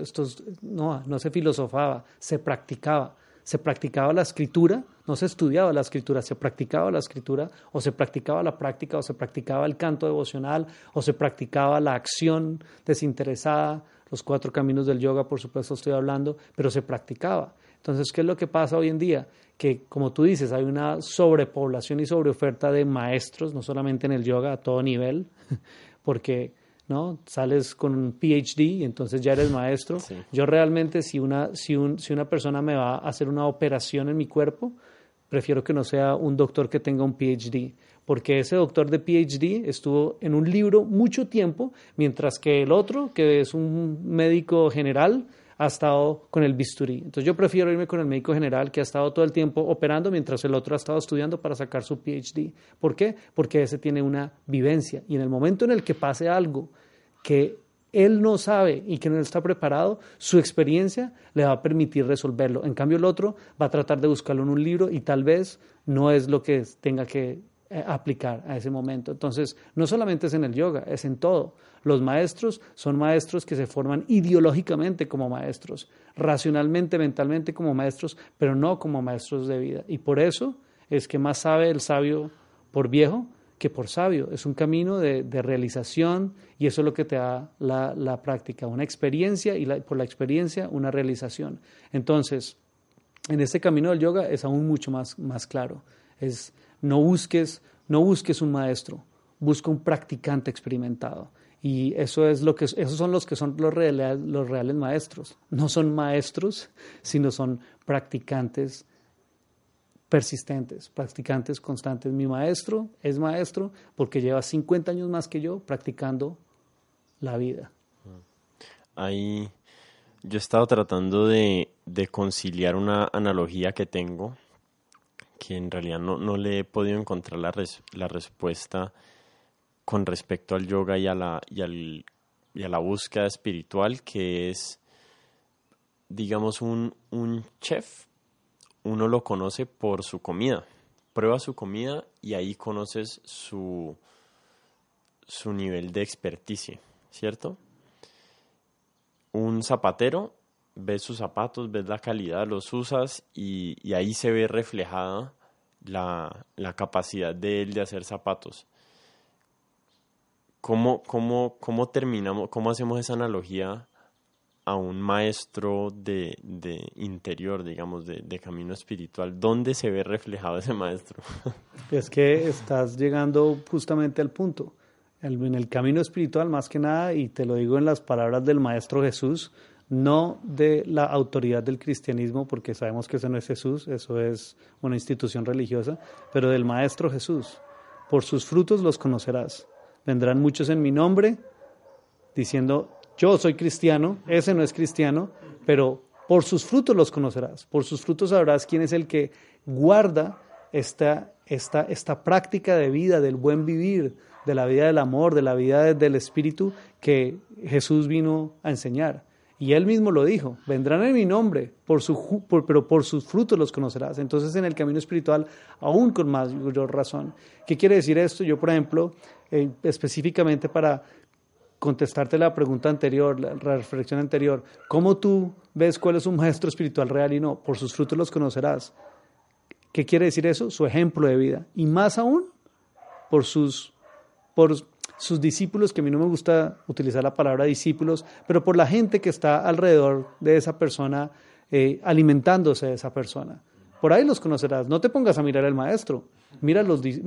B: no se filosofaba, se practicaba. Se practicaba la escritura, no se estudiaba la escritura, se practicaba la escritura, o se practicaba la práctica, o se practicaba el canto devocional, o se practicaba la acción desinteresada, los 4 caminos del yoga, por supuesto estoy hablando, pero se practicaba. Entonces, ¿qué es lo que pasa hoy en día? Que, como tú dices, hay una sobrepoblación y sobreoferta de maestros, no solamente en el yoga, a todo nivel, porque ¿no? Sales con un PhD y entonces ya eres maestro. Sí. Yo realmente, si una persona me va a hacer una operación en mi cuerpo, prefiero que no sea un doctor que tenga un PhD, porque ese doctor de PhD estuvo en un libro mucho tiempo, mientras que el otro, que es un médico general, ha estado con el bisturí. Entonces yo prefiero irme con el médico general que ha estado todo el tiempo operando mientras el otro ha estado estudiando para sacar su PhD. ¿Por qué? Porque ese tiene una vivencia y en el momento en el que pase algo que él no sabe y que no está preparado, su experiencia le va a permitir resolverlo. En cambio el otro va a tratar de buscarlo en un libro y tal vez no es lo que tenga que aplicar a ese momento. Entonces, no solamente es en el yoga, es en todo. Los maestros son maestros que se forman ideológicamente como maestros, racionalmente, mentalmente como maestros, pero no como maestros de vida. Y por eso es que más sabe el sabio por viejo que por sabio. Es un camino de realización y eso es lo que te da la práctica, una experiencia y por la experiencia una realización. Entonces, en este camino del yoga es aún mucho más claro. No busques un maestro, busca un practicante experimentado. Y esos son los reales maestros. No son maestros, sino son practicantes persistentes, practicantes constantes. Mi maestro es maestro porque lleva 50 años más que yo practicando la vida.
A: Ahí yo he estado tratando de conciliar una analogía que tengo, que en realidad no le he podido encontrar la respuesta con respecto al yoga y a la búsqueda espiritual, que es digamos, un chef, uno lo conoce por su comida. Prueba su comida y ahí conoces su nivel de experticia, ¿cierto? Un zapatero, ves sus zapatos, ves la calidad, los usas y ahí se ve reflejada la capacidad de él de hacer zapatos. ¿Cómo terminamos, cómo hacemos esa analogía a un maestro de interior, digamos, de camino espiritual? ¿Dónde se ve reflejado ese maestro?
B: Es que estás llegando justamente al punto. En el camino espiritual, más que nada, y te lo digo en las palabras del Maestro Jesús, no de la autoridad del cristianismo, porque sabemos que eso no es Jesús, eso es una institución religiosa, pero del Maestro Jesús. Por sus frutos los conocerás. Vendrán muchos en mi nombre diciendo, yo soy cristiano, ese no es cristiano, pero por sus frutos los conocerás. Por sus frutos sabrás quién es el que guarda esta práctica de vida, del buen vivir, de la vida del amor, de la vida del espíritu que Jesús vino a enseñar. Y él mismo lo dijo, vendrán en mi nombre, pero por sus frutos los conocerás. Entonces en el camino espiritual, aún con mayor razón. ¿Qué quiere decir esto? Yo, por ejemplo, específicamente para contestarte la pregunta anterior, la reflexión anterior, ¿cómo tú ves cuál es un maestro espiritual real y no? Por sus frutos los conocerás. ¿Qué quiere decir eso? Su ejemplo de vida. Y más aún, por sus discípulos, que a mí no me gusta utilizar la palabra discípulos, pero por la gente que está alrededor de esa persona, alimentándose de esa persona. Por ahí los conocerás. No te pongas a mirar al maestro. Mira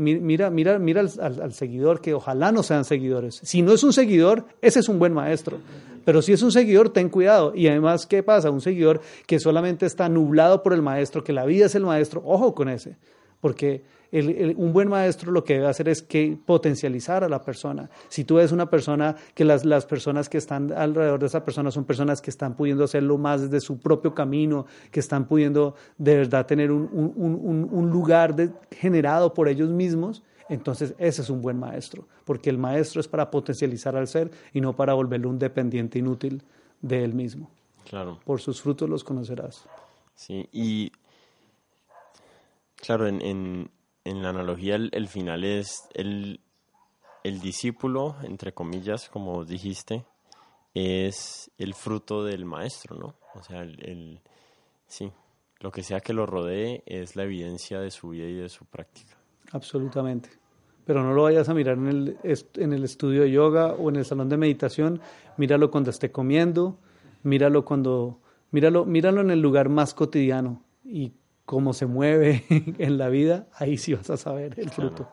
B: al seguidor, que ojalá no sean seguidores. Si no es un seguidor, ese es un buen maestro. Pero si es un seguidor, ten cuidado. Y además, ¿qué pasa? Un seguidor que solamente está nublado por el maestro, que la vida es el maestro, ojo con ese. Porque un buen maestro lo que debe hacer es que potencializar a la persona. Si tú ves una persona, que las personas que están alrededor de esa persona son personas que están pudiendo hacerlo más desde su propio camino, que están pudiendo de verdad tener un lugar generado por ellos mismos, entonces ese es un buen maestro. Porque el maestro es para potencializar al ser y no para volverlo un dependiente inútil de él mismo.
A: Claro.
B: Por sus frutos los conocerás.
A: Sí, y claro, en la analogía el final es el discípulo, entre comillas, como dijiste, es el fruto del maestro, ¿no? O sea, sí, lo que sea que lo rodee es la evidencia de su vida y de su práctica.
B: Absolutamente. Pero no lo vayas a mirar en el estudio de yoga o en el salón de meditación. Míralo cuando esté comiendo, míralo en el lugar más cotidiano y cómo se mueve en la vida, ahí sí vas a saber el fruto.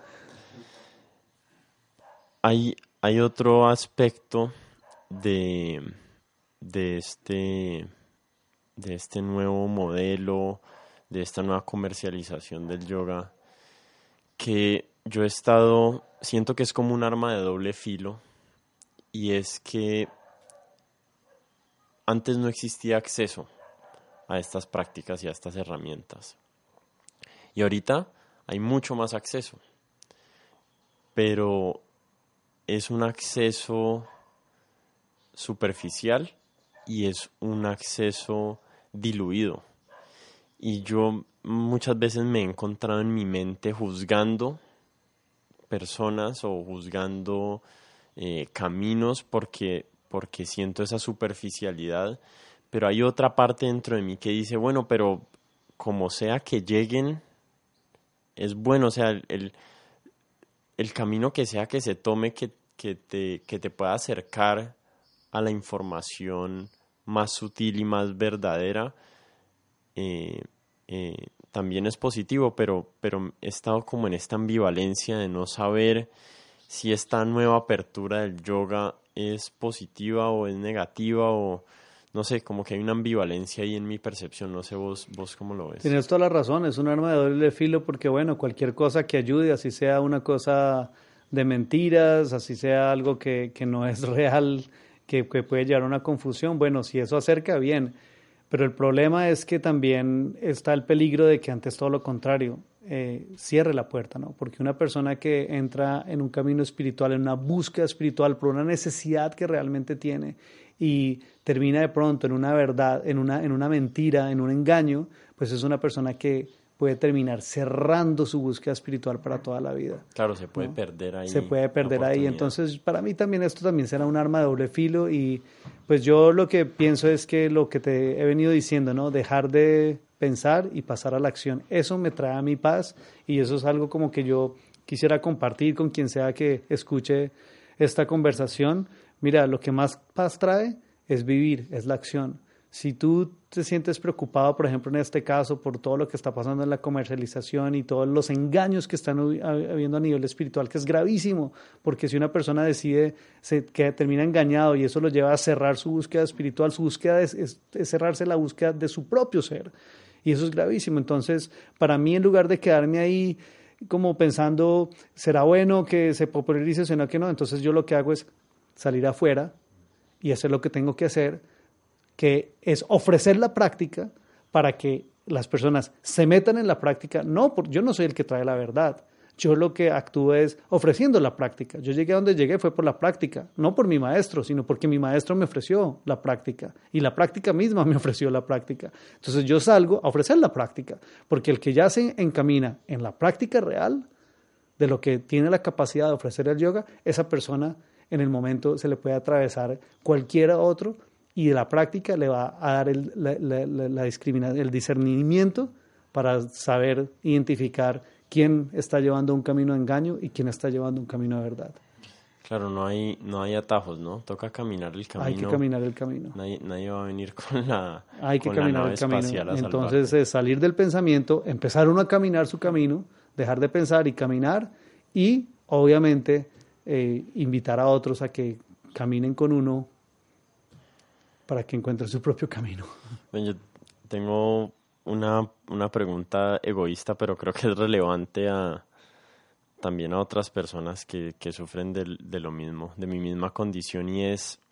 A: Hay otro aspecto de este nuevo modelo, de esta nueva comercialización del yoga, que yo siento que es como un arma de doble filo, y es que antes no existía acceso a estas prácticas y a estas herramientas. Y ahorita hay mucho más acceso, pero es un acceso superficial y es un acceso diluido. Y yo muchas veces me he encontrado en mi mente juzgando personas o juzgando caminos porque siento esa superficialidad. Pero hay otra parte dentro de mí que dice, bueno, pero como sea que lleguen, es bueno. O sea, el camino que sea que se tome que te pueda acercar a la información más sutil y más verdadera, también es positivo, pero he estado como en esta ambivalencia de no saber si esta nueva apertura del yoga es positiva o es negativa, o no sé, como que hay una ambivalencia ahí en mi percepción. No sé vos cómo lo ves.
B: Tienes toda la razón, es un arma de doble filo porque, bueno, cualquier cosa que ayude, así sea una cosa de mentiras, así sea algo que no es real, que puede llevar a una confusión, bueno, si eso acerca, bien. Pero el problema es que también está el peligro de que antes todo lo contrario, cierre la puerta, ¿no? Porque una persona que entra en un camino espiritual, en una búsqueda espiritual por una necesidad que realmente tiene, y termina de pronto en una verdad, en una mentira, en un engaño, pues es una persona que puede terminar cerrando su búsqueda espiritual para toda la vida.
A: Claro, se puede
B: ¿no?
A: perder ahí.
B: Se puede perder ahí.
A: Oportunidad.
B: Entonces, para mí también esto también será un arma de doble filo y pues yo lo que pienso es que lo que te he venido diciendo, ¿no? Dejar de pensar y pasar a la acción. Eso me trae a mi paz y eso es algo como que yo quisiera compartir con quien sea que escuche esta conversación. Mira, lo que más paz trae es vivir, es la acción. Si tú te sientes preocupado, por ejemplo, en este caso, por todo lo que está pasando en la comercialización y todos los engaños que están habiendo a nivel espiritual, que es gravísimo, porque si una persona decide que termina engañado y eso lo lleva a cerrar su búsqueda espiritual, su búsqueda es cerrarse la búsqueda de su propio ser. Y eso es gravísimo. Entonces, para mí, en lugar de quedarme ahí como pensando, ¿será bueno que se popularice o no que no? Entonces yo lo que hago es salir afuera y hacer lo que tengo que hacer, que es ofrecer la práctica para que las personas se metan en la práctica. Yo no soy el que trae la verdad. Yo lo que actúo es ofreciendo la práctica. Yo llegué a donde llegué fue por la práctica, no por mi maestro, sino porque mi maestro me ofreció la práctica y la práctica misma me ofreció la práctica. Entonces yo salgo a ofrecer la práctica, porque el que ya se encamina en la práctica real de lo que tiene la capacidad de ofrecer el yoga, esa persona en el momento se le puede atravesar cualquiera otro y de la práctica le va a dar el discernimiento para saber identificar quién está llevando un camino de engaño y quién está llevando un camino de verdad.
A: Claro, no hay atajos, ¿no? Toca caminar el camino.
B: Hay que caminar el camino.
A: Nadie va a venir con la
B: Hay que
A: con la
B: caminar
A: nave
B: el camino.
A: espacial a
B: Entonces
A: salvarte.
B: es salir del pensamiento, empezar uno a caminar su camino, dejar de pensar y caminar y obviamente invitar a otros a que caminen con uno para que encuentren su propio camino.
A: Bueno, yo tengo una pregunta egoísta, pero creo que es relevante también a otras personas que sufren de lo mismo, de mi misma condición, y es,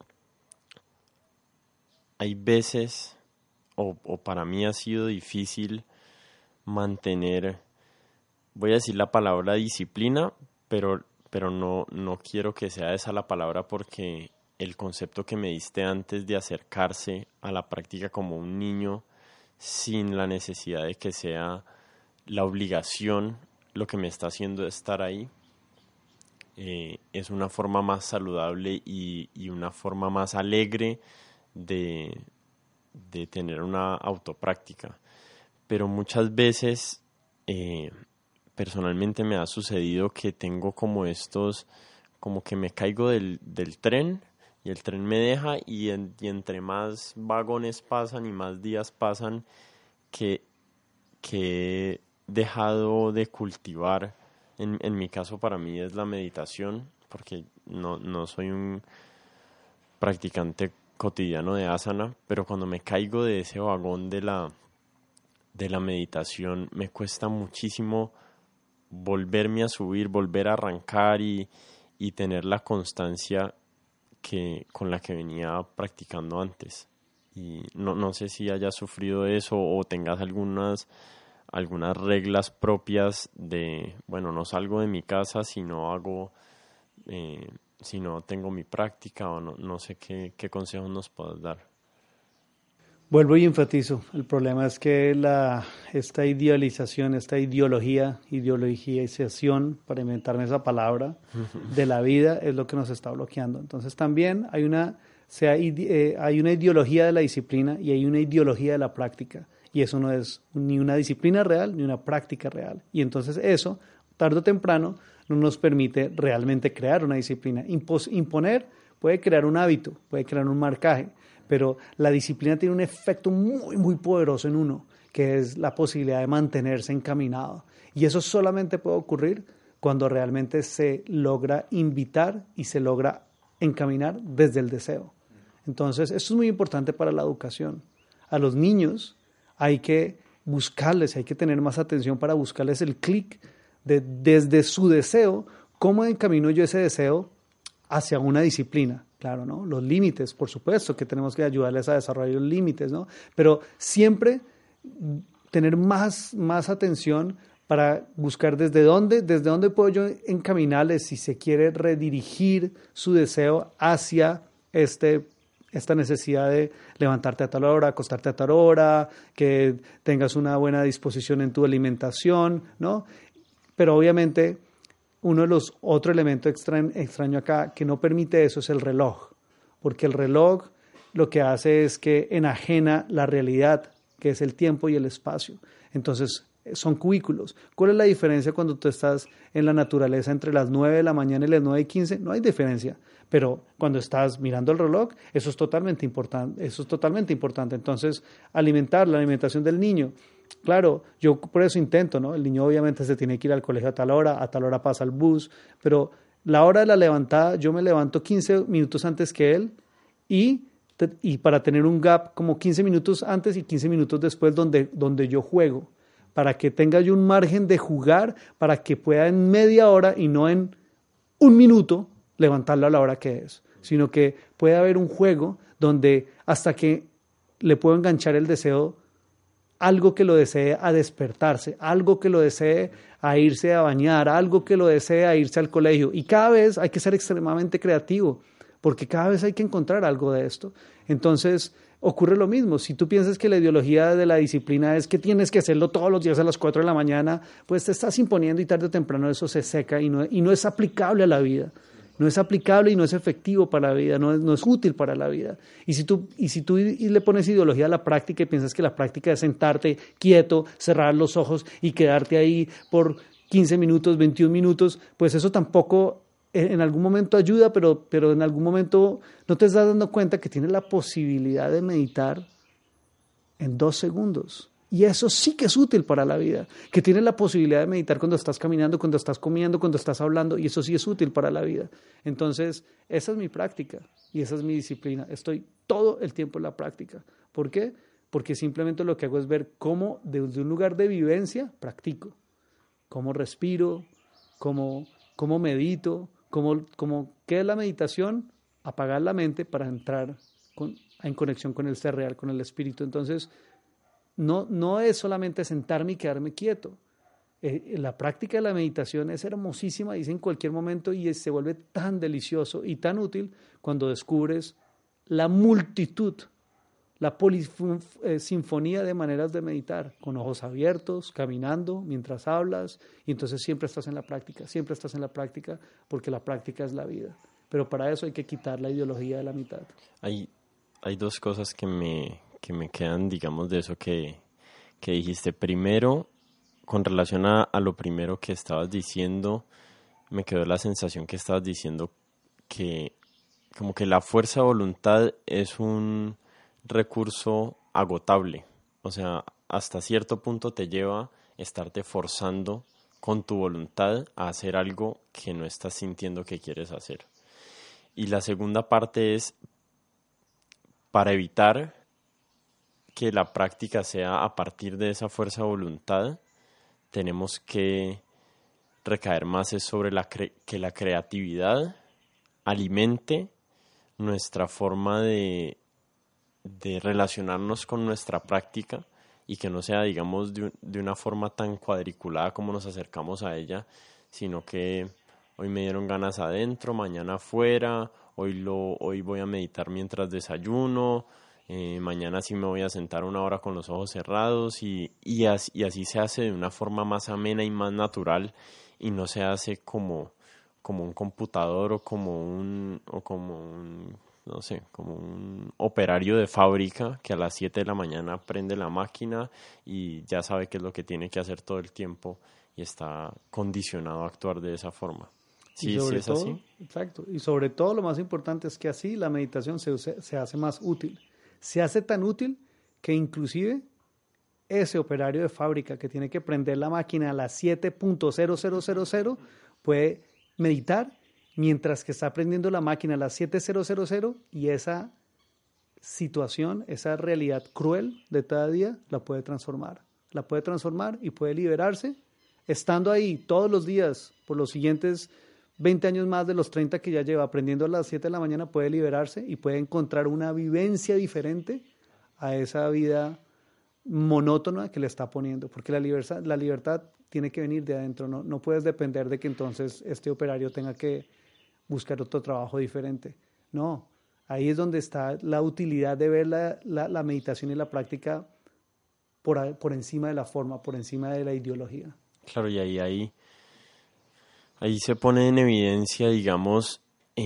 A: hay veces, o para mí ha sido difícil mantener, voy a decir la palabra disciplina, pero no quiero que sea esa la palabra porque el concepto que me diste antes de acercarse a la práctica como un niño sin la necesidad de que sea la obligación lo que me está haciendo estar ahí, es una forma más saludable y una forma más alegre de tener una autopráctica. Pero muchas veces personalmente me ha sucedido que tengo como como que me caigo del tren y el tren me deja y entre más vagones pasan y más días pasan que he dejado de cultivar. En mi caso, para mí es la meditación, porque no soy un practicante cotidiano de asana, pero cuando me caigo de ese vagón de la meditación me cuesta muchísimo volverme a subir, volver a arrancar y tener la constancia con la que venía practicando antes. Y no sé si hayas sufrido eso o tengas algunas reglas propias de, bueno, no salgo de mi casa si no tengo mi práctica, o no sé qué consejos nos puedas dar.
B: Vuelvo y enfatizo, el problema es que esta idealización, esta ideologización, para inventarme esa palabra, de la vida es lo que nos está bloqueando. Entonces también hay una ideología de la disciplina y hay una ideología de la práctica. Y eso no es ni una disciplina real ni una práctica real. Y entonces eso, tarde o temprano, no nos permite realmente crear una disciplina. Imponer puede crear un hábito, puede crear un marcaje, pero la disciplina tiene un efecto muy, muy poderoso en uno, que es la posibilidad de mantenerse encaminado. Y eso solamente puede ocurrir cuando realmente se logra invitar y se logra encaminar desde el deseo. Entonces, esto es muy importante para la educación. A los niños hay que buscarles, hay que tener más atención para buscarles el clic desde su deseo, cómo encamino yo ese deseo hacia una disciplina. Claro, ¿no? Los límites, por supuesto, que tenemos que ayudarles a desarrollar los límites, ¿no? Pero siempre tener más atención para buscar desde dónde puedo yo encaminarles si se quiere redirigir su deseo hacia este esta necesidad de levantarte a tal hora, acostarte a tal hora, que tengas una buena disposición en tu alimentación, ¿no? Pero obviamente otro elemento extraño acá que no permite eso es el reloj, porque el reloj lo que hace es que enajena la realidad, que es el tiempo y el espacio. Entonces, son cubículos. ¿Cuál es la diferencia cuando tú estás en la naturaleza entre las 9 de la mañana y las 9:15? No hay diferencia. Pero cuando estás mirando el reloj, eso es totalmente importante. Eso es totalmente importante. Entonces, la alimentación del niño. Claro, yo por eso intento, ¿no? El niño obviamente se tiene que ir al colegio a tal hora pasa el bus, pero la hora de la levantada, yo me levanto 15 minutos antes que él y para tener un gap como 15 minutos antes y 15 minutos después donde yo juego, para que tenga yo un margen de jugar, para que pueda en media hora y no en un minuto levantarlo a la hora que es, sino que pueda haber un juego donde hasta que le puedo enganchar el deseo, algo que lo desee a despertarse, algo que lo desee a irse a bañar, algo que lo desee a irse al colegio. Y cada vez hay que ser extremadamente creativo, porque cada vez hay que encontrar algo de esto. Entonces, ocurre lo mismo. Si tú piensas que la ideología de la disciplina es que tienes que hacerlo todos los días a las 4 de la mañana, pues te estás imponiendo y tarde o temprano eso se seca y no es aplicable a la vida. No es aplicable y no es efectivo para la vida, no es útil para la vida. Y si tú le pones ideología a la práctica y piensas que la práctica es sentarte quieto, cerrar los ojos y quedarte ahí por 15 minutos, 21 minutos, pues eso tampoco en algún momento ayuda, pero en algún momento no te estás dando cuenta que tienes la posibilidad de meditar en 2 segundos. Y eso sí que es útil para la vida, que tienes la posibilidad de meditar cuando estás caminando, cuando estás comiendo, cuando estás hablando, y eso sí es útil para la vida. Entonces, esa es mi práctica y esa es mi disciplina. Estoy todo el tiempo en la práctica. ¿Por qué? Porque simplemente lo que hago es ver cómo desde un lugar de vivencia practico, cómo respiro, cómo medito, ¿qué es la meditación? Apagar la mente para entrar en conexión con el ser real, con el espíritu. Entonces, no es solamente sentarme y quedarme quieto. La práctica de la meditación es hermosísima, dice en cualquier momento, y se vuelve tan delicioso y tan útil cuando descubres la multitud, la sinfonía de maneras de meditar, con ojos abiertos, caminando, mientras hablas, y entonces siempre estás en la práctica, porque la práctica es la vida. Pero para eso hay que quitar la ideología de la mitad.
A: Hay 2 cosas que me quedan, digamos, de eso que dijiste. Primero, con relación a lo primero que estabas diciendo, me quedó la sensación que estabas diciendo que como que la fuerza de voluntad es un recurso agotable. O sea, hasta cierto punto te lleva a estarte forzando con tu voluntad a hacer algo que no estás sintiendo que quieres hacer. Y la segunda parte es para evitar que la práctica sea a partir de esa fuerza de voluntad, tenemos que recaer más sobre que la creatividad alimente nuestra forma de relacionarnos con nuestra práctica y que no sea, digamos, de una forma tan cuadriculada como nos acercamos a ella, sino que hoy me dieron ganas adentro, mañana afuera, hoy voy a meditar mientras desayuno, mañana sí me voy a sentar 1 hora con los ojos cerrados y así se hace de una forma más amena y más natural y no se hace como un computador o como un operario de fábrica que a las 7 de la mañana prende la máquina y ya sabe qué es lo que tiene que hacer todo el tiempo y está condicionado a actuar de esa forma. Sí, sí es así.
B: Exacto. Y sobre todo lo más importante es que así la meditación se hace más útil. Se hace tan útil que inclusive ese operario de fábrica que tiene que prender la máquina a las 7.0000 puede meditar mientras que está prendiendo la máquina a las 7.000 y esa situación, esa realidad cruel de cada día la puede transformar. La puede transformar y puede liberarse estando ahí todos los días por los siguientes 20 años más de los 30 que ya lleva aprendiendo a las 7 de la mañana, puede liberarse y puede encontrar una vivencia diferente a esa vida monótona que le está poniendo, porque la libertad tiene que venir de adentro, no puedes depender de que entonces este operario tenga que buscar otro trabajo diferente. No, Ahí es donde está la utilidad de ver la meditación y la práctica por encima de la forma, por encima de la ideología.
A: Claro, y ahí se pone en evidencia, digamos,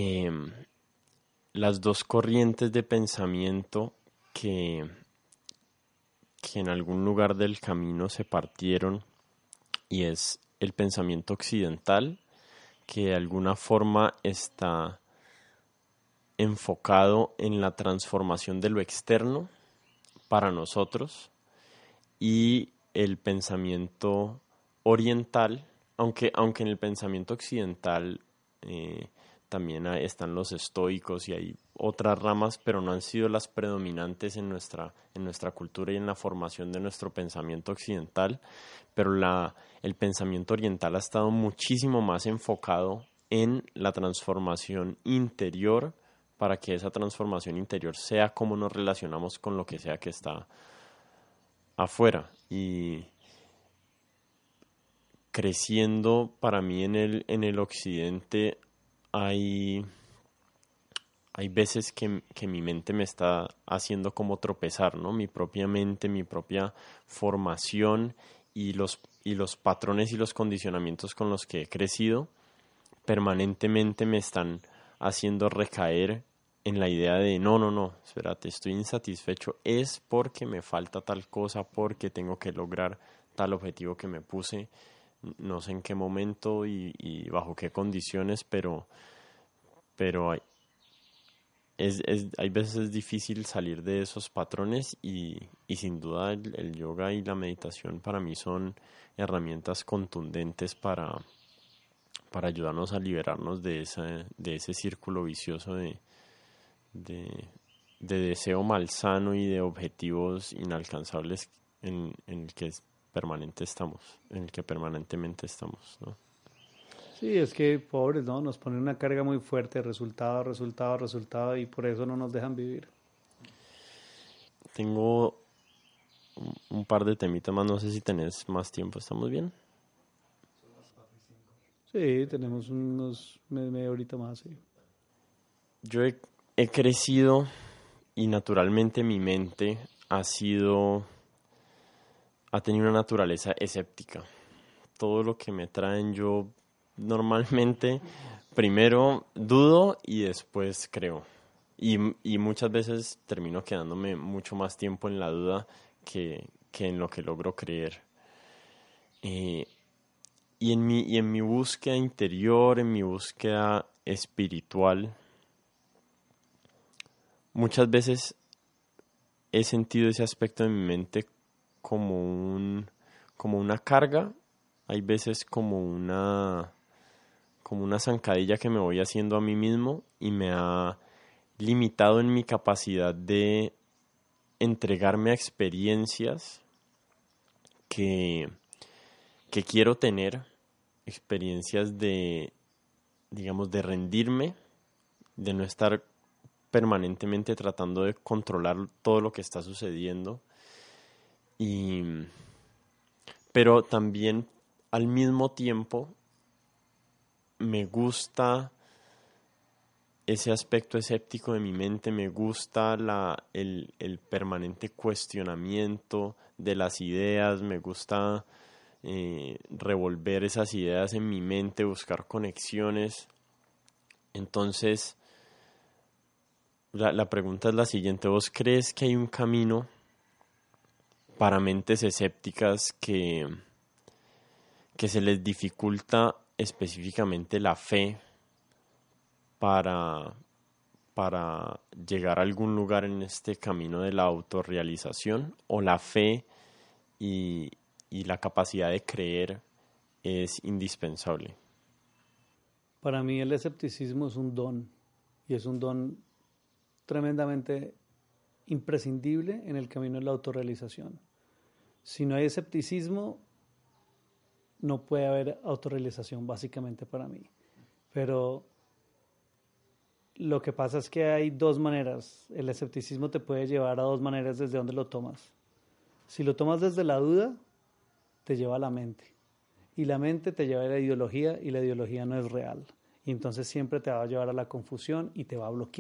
A: las dos corrientes de pensamiento que en algún lugar del camino se partieron, y es el pensamiento occidental, que de alguna forma está enfocado en la transformación de lo externo para nosotros, y el pensamiento oriental, aunque en el pensamiento occidental también están los estoicos y hay otras ramas, pero no han sido las predominantes en nuestra cultura y en la formación de nuestro pensamiento occidental, pero el pensamiento oriental ha estado muchísimo más enfocado en la transformación interior, para que esa transformación interior sea cómo nos relacionamos con lo que sea que está afuera. Y creciendo para mí en el occidente hay veces que mi mente me está haciendo como tropezar, ¿no? Mi propia mente, mi propia formación y los patrones y los condicionamientos con los que he crecido permanentemente me están haciendo recaer en la idea de no, espérate, estoy insatisfecho, es porque me falta tal cosa, porque tengo que lograr tal objetivo que me puse, no sé en qué momento y bajo qué condiciones, pero hay veces es difícil salir de esos patrones, y sin duda el yoga y la meditación para mí son herramientas contundentes para ayudarnos a liberarnos de ese círculo vicioso de deseo malsano y de objetivos inalcanzables en el que permanentemente estamos, ¿no?
B: Sí, es que pobres, ¿no? Nos ponen una carga muy fuerte, resultado, resultado, resultado, y por eso no nos dejan vivir.
A: Tengo un par de temitas más, no sé si tenés más tiempo, ¿estamos bien?
B: Sí, tenemos media horita más, sí.
A: Yo he crecido y naturalmente mi mente ha tenido una naturaleza escéptica. Todo lo que me traen yo normalmente primero dudo y después creo. Y muchas veces termino quedándome mucho más tiempo en la duda que en lo que logro creer. Y en mi búsqueda interior, en mi búsqueda espiritual, muchas veces he sentido ese aspecto de mi mente como una carga. Hay veces como una zancadilla que me voy haciendo a mí mismo, y me ha limitado en mi capacidad de entregarme a experiencias que quiero tener, experiencias digamos, de rendirme, de no estar permanentemente tratando de controlar todo lo que está sucediendo, pero también al mismo tiempo me gusta ese aspecto escéptico de mi mente, me gusta el permanente cuestionamiento de las ideas, me gusta revolver esas ideas en mi mente, buscar conexiones. Entonces, la pregunta es la siguiente: ¿vos crees que hay un camino para mentes escépticas que se les dificulta específicamente la fe para llegar a algún lugar en este camino de la autorrealización, o la fe y la capacidad de creer es indispensable?
B: Para mí el escepticismo es un don, y es un don tremendamente imprescindible en el camino de la autorrealización. Si no hay escepticismo, no puede haber autorrealización, básicamente, para mí. Pero lo que pasa es que hay dos maneras. El escepticismo te puede llevar a dos maneras desde donde lo tomas. Si lo tomas desde la duda, te lleva a la mente. Y la mente te lleva a la ideología, y la ideología no es real. Y entonces siempre te va a llevar a la confusión y te va a bloquear.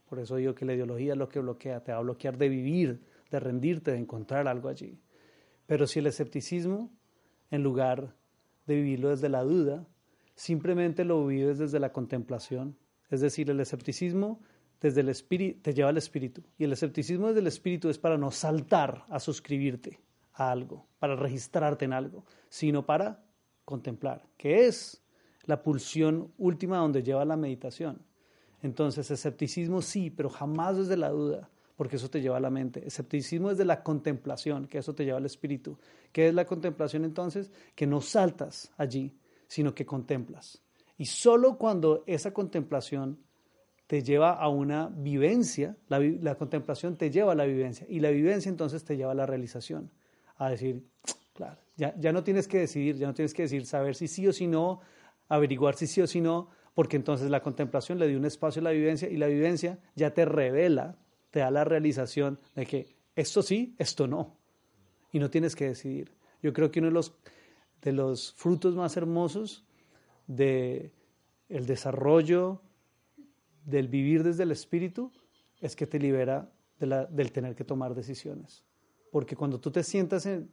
B: Por eso digo que la ideología es lo que bloquea, te va a bloquear de vivir, de rendirte, de encontrar algo allí. Pero si el escepticismo, en lugar de vivirlo desde la duda, simplemente lo vives desde la contemplación, es decir, el escepticismo desde el espíritu te lleva al espíritu, y el escepticismo desde el espíritu es para no saltar a suscribirte a algo, para registrarte en algo, sino para contemplar, que es la pulsión última donde lleva la meditación. Entonces, escepticismo sí, pero jamás desde la duda, porque eso te lleva a la mente. Escepticismo desde la contemplación, que eso te lleva al espíritu. ¿Qué es la contemplación entonces? Que no saltas allí, sino que contemplas. Y solo cuando esa contemplación te lleva a una vivencia, la contemplación te lleva a la vivencia, y la vivencia entonces te lleva a la realización, a decir, claro, ya no tienes que decidir, ya no tienes que decir saber si sí o si no, averiguar si sí o si no, porque entonces la contemplación le dio un espacio a la vivencia, y la vivencia ya te revela, te da la realización de que esto sí, esto no, y no tienes que decidir. Yo creo que uno de los frutos más hermosos del desarrollo del vivir desde el espíritu es que te libera del tener que tomar decisiones. Porque cuando tú te asentas en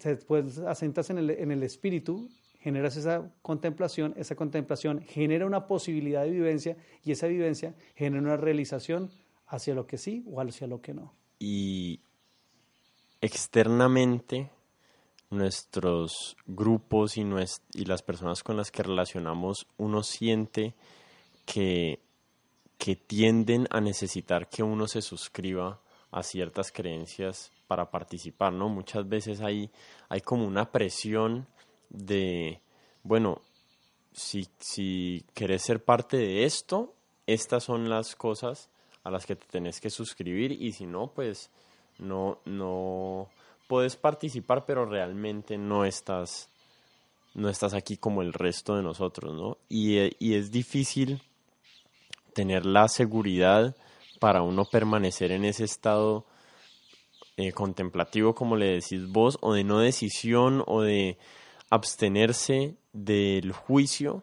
B: el espíritu, generas esa contemplación genera una posibilidad de vivencia, y esa vivencia genera una realización hacia lo que sí o hacia lo que no.
A: Y externamente, nuestros grupos y las personas con las que relacionamos, uno siente que tienden a necesitar que uno se suscriba a ciertas creencias para participar, ¿no? Muchas veces hay como una presión de, bueno, si querés ser parte de esto, estas son las cosas a las que te tenés que suscribir, y si no, pues no puedes participar, pero realmente no estás aquí como el resto de nosotros, ¿no? Y es difícil tener la seguridad para uno permanecer en ese estado contemplativo, como le decís vos, o de no decisión, o de abstenerse del juicio,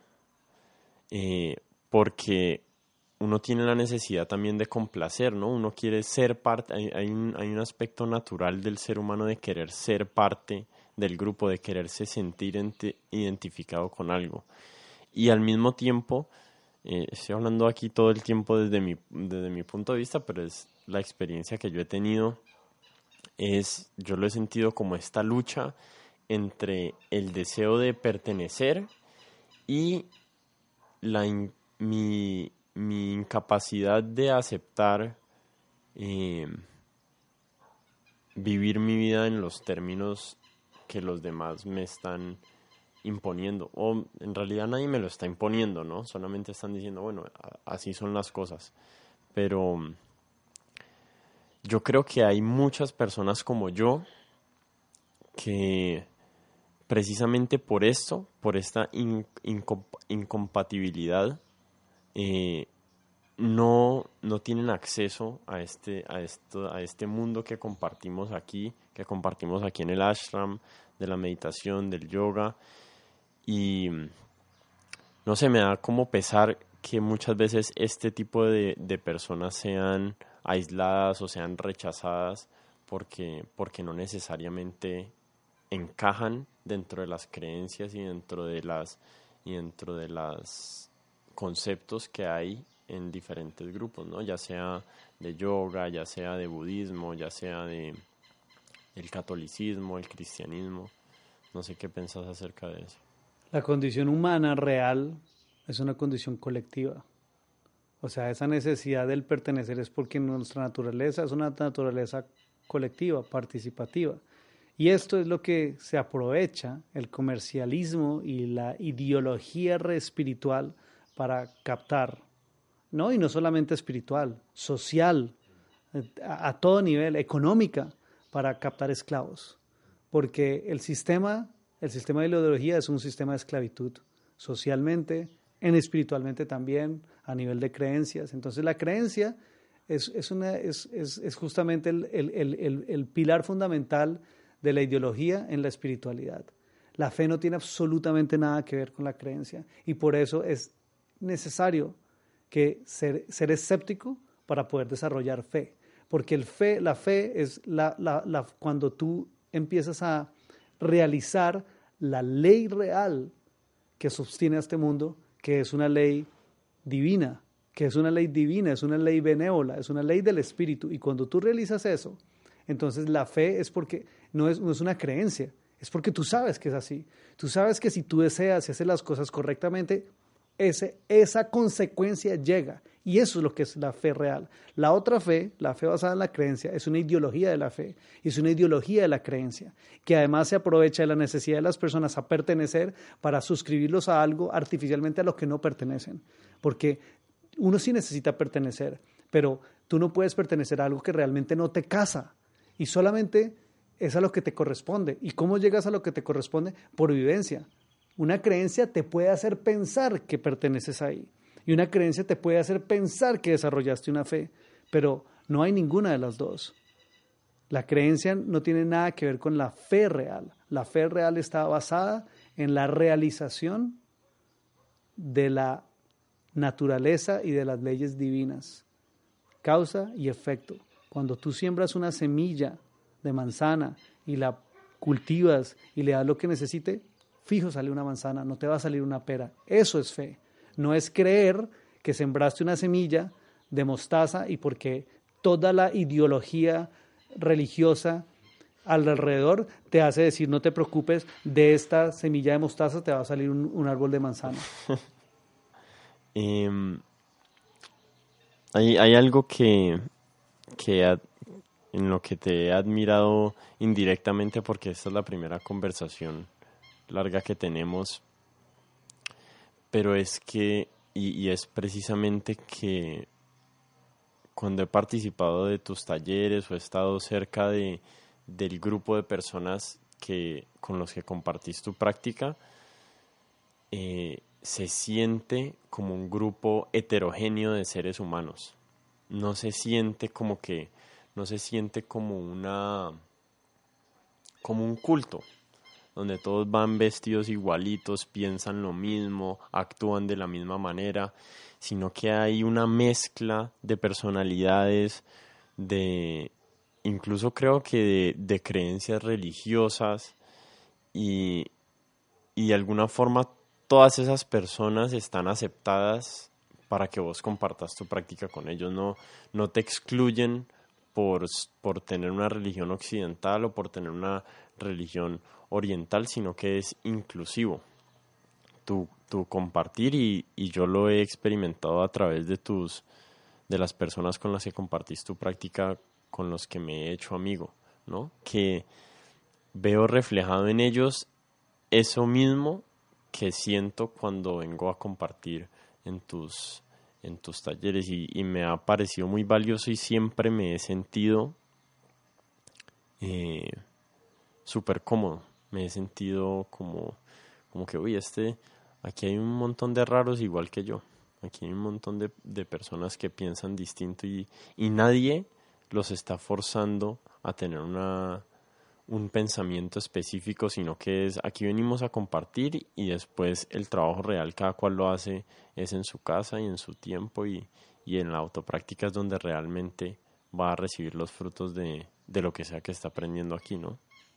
A: porque uno tiene la necesidad también de complacer, ¿no? Uno quiere ser parte, hay un aspecto natural del ser humano de querer ser parte del grupo, de quererse sentir identificado con algo. Y al mismo tiempo, estoy hablando aquí todo el tiempo desde mi punto de vista, pero es la experiencia que yo he tenido, yo lo he sentido como esta lucha entre el deseo de pertenecer y mi incapacidad de aceptar vivir mi vida en los términos que los demás me están imponiendo, o en realidad nadie me lo está imponiendo, ¿no? Solamente están diciendo, bueno, así son las cosas. Pero yo creo que hay muchas personas como yo que precisamente por esto, por esta incompatibilidad, no tienen acceso a este mundo que compartimos aquí en el ashram, de la meditación, del yoga. Y no sé, me da como pesar que muchas veces este tipo de personas sean aisladas o sean rechazadas porque no necesariamente encajan dentro de las creencias y dentro de las conceptos que hay en diferentes grupos, ¿no? Ya sea de yoga, ya sea de budismo, ya sea de el catolicismo, el cristianismo. No sé qué pensás acerca de eso.
B: La condición humana real es una condición colectiva. O sea, esa necesidad del pertenecer es porque nuestra naturaleza es una naturaleza colectiva, participativa. Y esto es lo que se aprovecha el comercialismo y la ideología espiritual para captar, ¿no? Y no solamente espiritual, social, a todo nivel, económica, para captar esclavos. Porque el sistema de ideología es un sistema de esclavitud, socialmente, espiritualmente también, a nivel de creencias. Entonces la creencia es justamente el pilar fundamental de la ideología en la espiritualidad. La fe no tiene absolutamente nada que ver con la creencia, y por eso es necesario que ser escéptico para poder desarrollar fe. Porque la fe es cuando tú empiezas a realizar la ley real que sostiene a este mundo, que es una ley divina, es una ley benévola, es una ley del Espíritu. Y cuando tú realizas eso, entonces la fe es porque no es una creencia, es porque tú sabes que es así. Tú sabes que si tú deseas y haces las cosas correctamente, esa consecuencia llega. Y eso es lo que es la fe real. La otra fe, la fe basada en la creencia, es una ideología de la fe, es una ideología de la creencia, que además se aprovecha de la necesidad de las personas a pertenecer para suscribirlos a algo artificialmente a lo que no pertenecen. Porque uno sí necesita pertenecer, pero tú no puedes pertenecer a algo que realmente no te casa y solamente es a lo que te corresponde. ¿Y cómo llegas a lo que te corresponde? Por vivencia. Una creencia te puede hacer pensar que perteneces ahí y una creencia te puede hacer pensar que desarrollaste una fe, pero no hay ninguna de las dos. La creencia no tiene nada que ver con la fe real. La fe real está basada en la realización de la naturaleza y de las leyes divinas. Causa y efecto. Cuando tú siembras una semilla de manzana y la cultivas y le das lo que necesite, fijo sale una manzana, no te va a salir una pera. Eso es fe. No es creer que sembraste una semilla de mostaza y porque toda la ideología religiosa alrededor te hace decir no te preocupes, de esta semilla de mostaza te va a salir un árbol de manzana.
A: Hay algo que en lo que te he admirado indirectamente, porque esta es la primera conversación larga que tenemos, pero es que, y es precisamente que cuando he participado de tus talleres o he estado cerca del grupo de personas con los que compartís tu práctica, se siente como un grupo heterogéneo de seres humanos. No se siente como como un culto, donde todos van vestidos igualitos, piensan lo mismo, actúan de la misma manera, sino que hay una mezcla de personalidades, incluso creo que de creencias religiosas, y de alguna forma todas esas personas están aceptadas para que vos compartas tu práctica con ellos. No te excluyen por tener una religión occidental o por tener una religión oriental, sino que es inclusivo tu compartir, y yo lo he experimentado a través de las personas con las que compartís tu práctica, con los que me he hecho amigo, ¿no? Que veo reflejado en ellos eso mismo que siento cuando vengo a compartir en tus talleres, y me ha parecido muy valioso y siempre me he sentido súper cómodo. Me he sentido como que, uy, aquí hay un montón de raros igual que yo. Aquí hay un montón de personas que piensan distinto y nadie los está forzando a tener un pensamiento específico, sino que aquí venimos a compartir y después el trabajo real cada cual lo hace es en su casa y en su tiempo, y en la autopráctica es donde realmente va a recibir los frutos de lo que sea que está aprendiendo aquí, ¿no?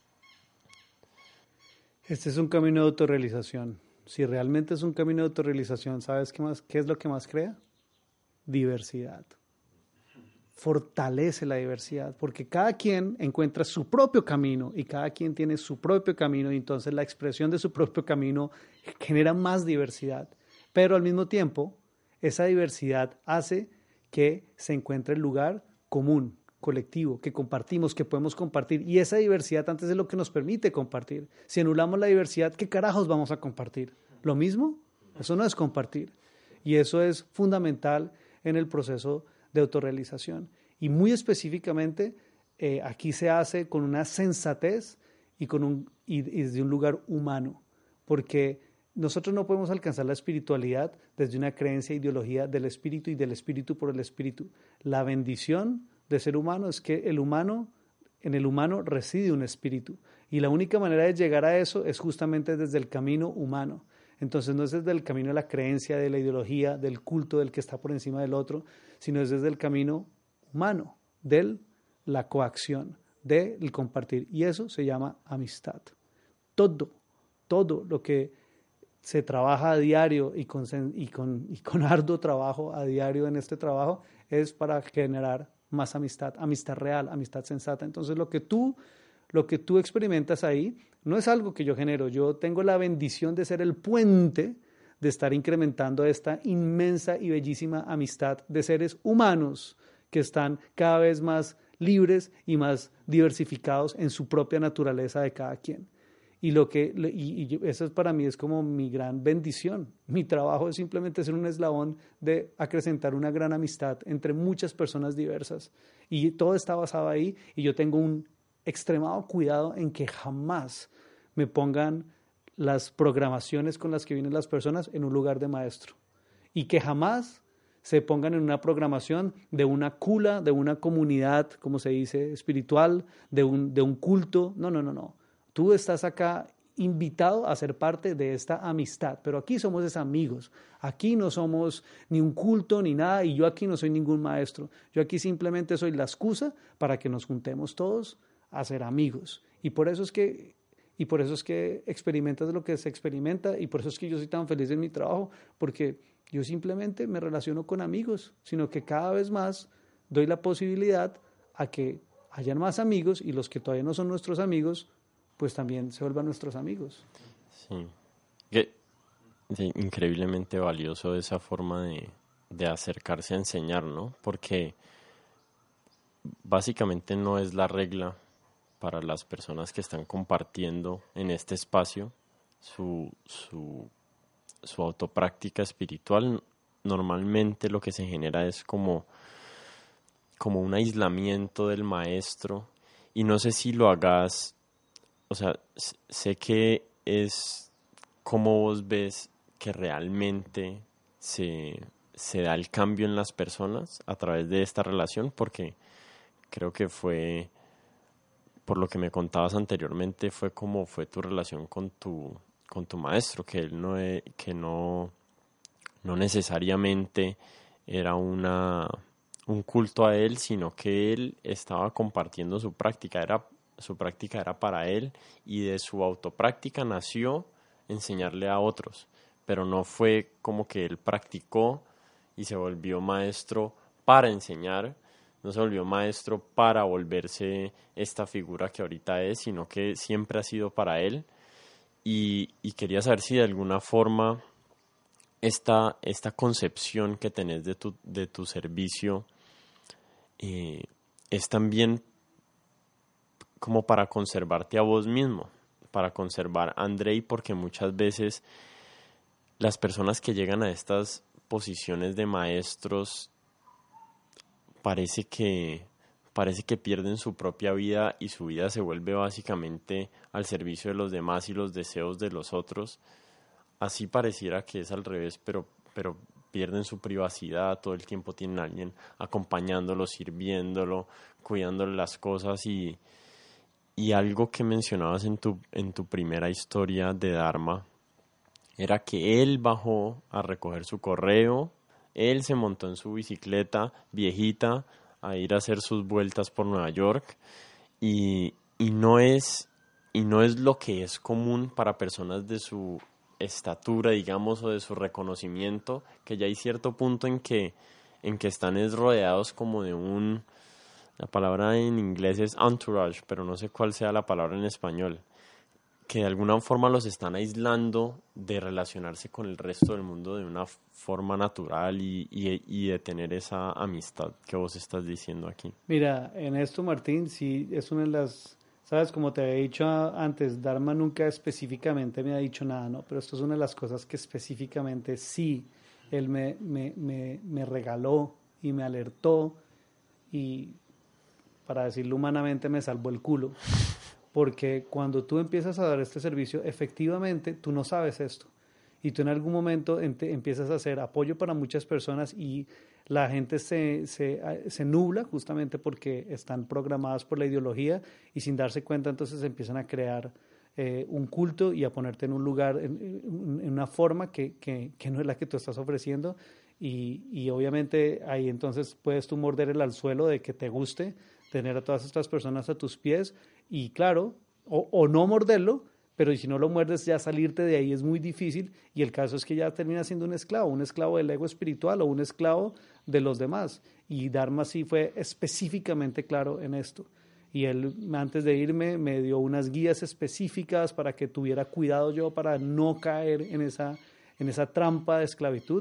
B: Este es un camino de autorrealización. Si realmente es un camino de autorrealización, ¿sabes qué es lo que más crea? Diversidad. Fortalece la diversidad, porque cada quien encuentra su propio camino y cada quien tiene su propio camino, y entonces la expresión de su propio camino genera más diversidad. Pero al mismo tiempo, esa diversidad hace que se encuentre el lugar común, colectivo, que compartimos, que podemos compartir, y esa diversidad antes es lo que nos permite compartir. Si anulamos la diversidad, ¿qué carajos vamos a compartir? ¿Lo mismo? Eso no es compartir, y eso es fundamental en el proceso de autorrealización. Y muy específicamente, aquí se hace con una sensatez y desde un lugar humano, porque nosotros no podemos alcanzar la espiritualidad desde una creencia e ideología del espíritu y del espíritu por el espíritu. La bendición de ser humano es que en el humano reside un espíritu, y la única manera de llegar a eso es justamente desde el camino humano. Entonces no es desde el camino de la creencia, de la ideología, del culto del que está por encima del otro, sino es desde el camino humano, de la coacción, del compartir. Y eso se llama amistad. Todo lo que se trabaja a diario y con arduo trabajo a diario en este trabajo es para generar más amistad real, amistad sensata. Entonces lo que tú experimentas ahí no es algo que yo genero. Yo tengo la bendición de ser el puente, de estar incrementando esta inmensa y bellísima amistad de seres humanos que están cada vez más libres y más diversificados en su propia naturaleza de cada quien. Y eso para mí es como mi gran bendición. Mi trabajo es simplemente ser un eslabón de acrecentar una gran amistad entre muchas personas diversas. Y todo está basado ahí, y yo tengo un extremado cuidado en que jamás me pongan las programaciones con las que vienen las personas en un lugar de maestro. Y que jamás se pongan en una programación de una cula, de una comunidad, como se dice, espiritual, de un culto. No. Tú estás acá invitado a ser parte de esta amistad, pero aquí somos amigos. Aquí no somos ni un culto ni nada, y yo aquí no soy ningún maestro. Yo aquí simplemente soy la excusa para que nos juntemos todos a ser amigos. Y por eso es que experimentas lo que se experimenta, y por eso es que yo soy tan feliz en mi trabajo, porque yo simplemente me relaciono con amigos, sino que cada vez más doy la posibilidad a que hayan más amigos, y los que todavía no son nuestros amigos, pues también se vuelvan nuestros amigos.
A: Sí, increíblemente valioso esa forma de acercarse a enseñar, ¿no? Porque básicamente no es la regla para las personas que están compartiendo en este espacio su autopráctica espiritual. Normalmente lo que se genera es como un aislamiento del maestro, y no sé si lo hagas. O sea, sé que es como vos ves que realmente se da el cambio en las personas a través de esta relación, porque creo que fue, por lo que me contabas anteriormente, fue como fue tu relación con tu maestro, que él no necesariamente era un culto a él, sino que él estaba compartiendo su práctica, su práctica era para él, y de su autopráctica nació enseñarle a otros, pero no fue como que él practicó y se volvió maestro para enseñar, no se volvió maestro para volverse esta figura que ahorita es, sino que siempre ha sido para él. Y quería saber si de alguna forma esta concepción que tenés de tu servicio es también como para conservarte a vos mismo, para conservar a Andrei, porque muchas veces las personas que llegan a estas posiciones de maestros parece que pierden su propia vida, y su vida se vuelve básicamente al servicio de los demás y los deseos de los otros. Así pareciera que es al revés, pero pierden su privacidad, todo el tiempo tienen a alguien acompañándolo, sirviéndolo, cuidándole las cosas. Y algo que mencionabas en tu primera historia de Dharma era que él bajó a recoger su correo, él se montó en su bicicleta viejita a ir a hacer sus vueltas por Nueva York, y no es lo que es común para personas de su estatura, digamos, o de su reconocimiento, que ya hay cierto punto en que están rodeados como de la palabra en inglés es entourage, pero no sé cuál sea la palabra en español, que de alguna forma los están aislando de relacionarse con el resto del mundo de una forma natural y de tener esa amistad que vos estás diciendo aquí.
B: Mira, en esto, Martín, sí es una de las, sabes, como te había dicho antes, Dharma nunca específicamente me ha dicho nada, ¿no? Pero esto es una de las cosas que específicamente sí él me regaló y me alertó, y para decirlo humanamente me salvó el culo, porque cuando tú empiezas a dar este servicio, efectivamente tú no sabes esto, y tú en algún momento empiezas a hacer apoyo para muchas personas, y la gente se nubla justamente porque están programadas por la ideología, y sin darse cuenta entonces empiezan a crear un culto y a ponerte en un lugar, en una forma que no es la que tú estás ofreciendo. Y obviamente ahí entonces puedes tú morder el anzuelo de que te guste tener a todas estas personas a tus pies y claro, o no morderlo, pero si no lo muerdes ya salirte de ahí es muy difícil y el caso es que ya terminas siendo un esclavo del ego espiritual o un esclavo de los demás. Y Dharma sí fue específicamente claro en esto. Y él antes de irme me dio unas guías específicas para que tuviera cuidado yo para no caer en esa trampa de esclavitud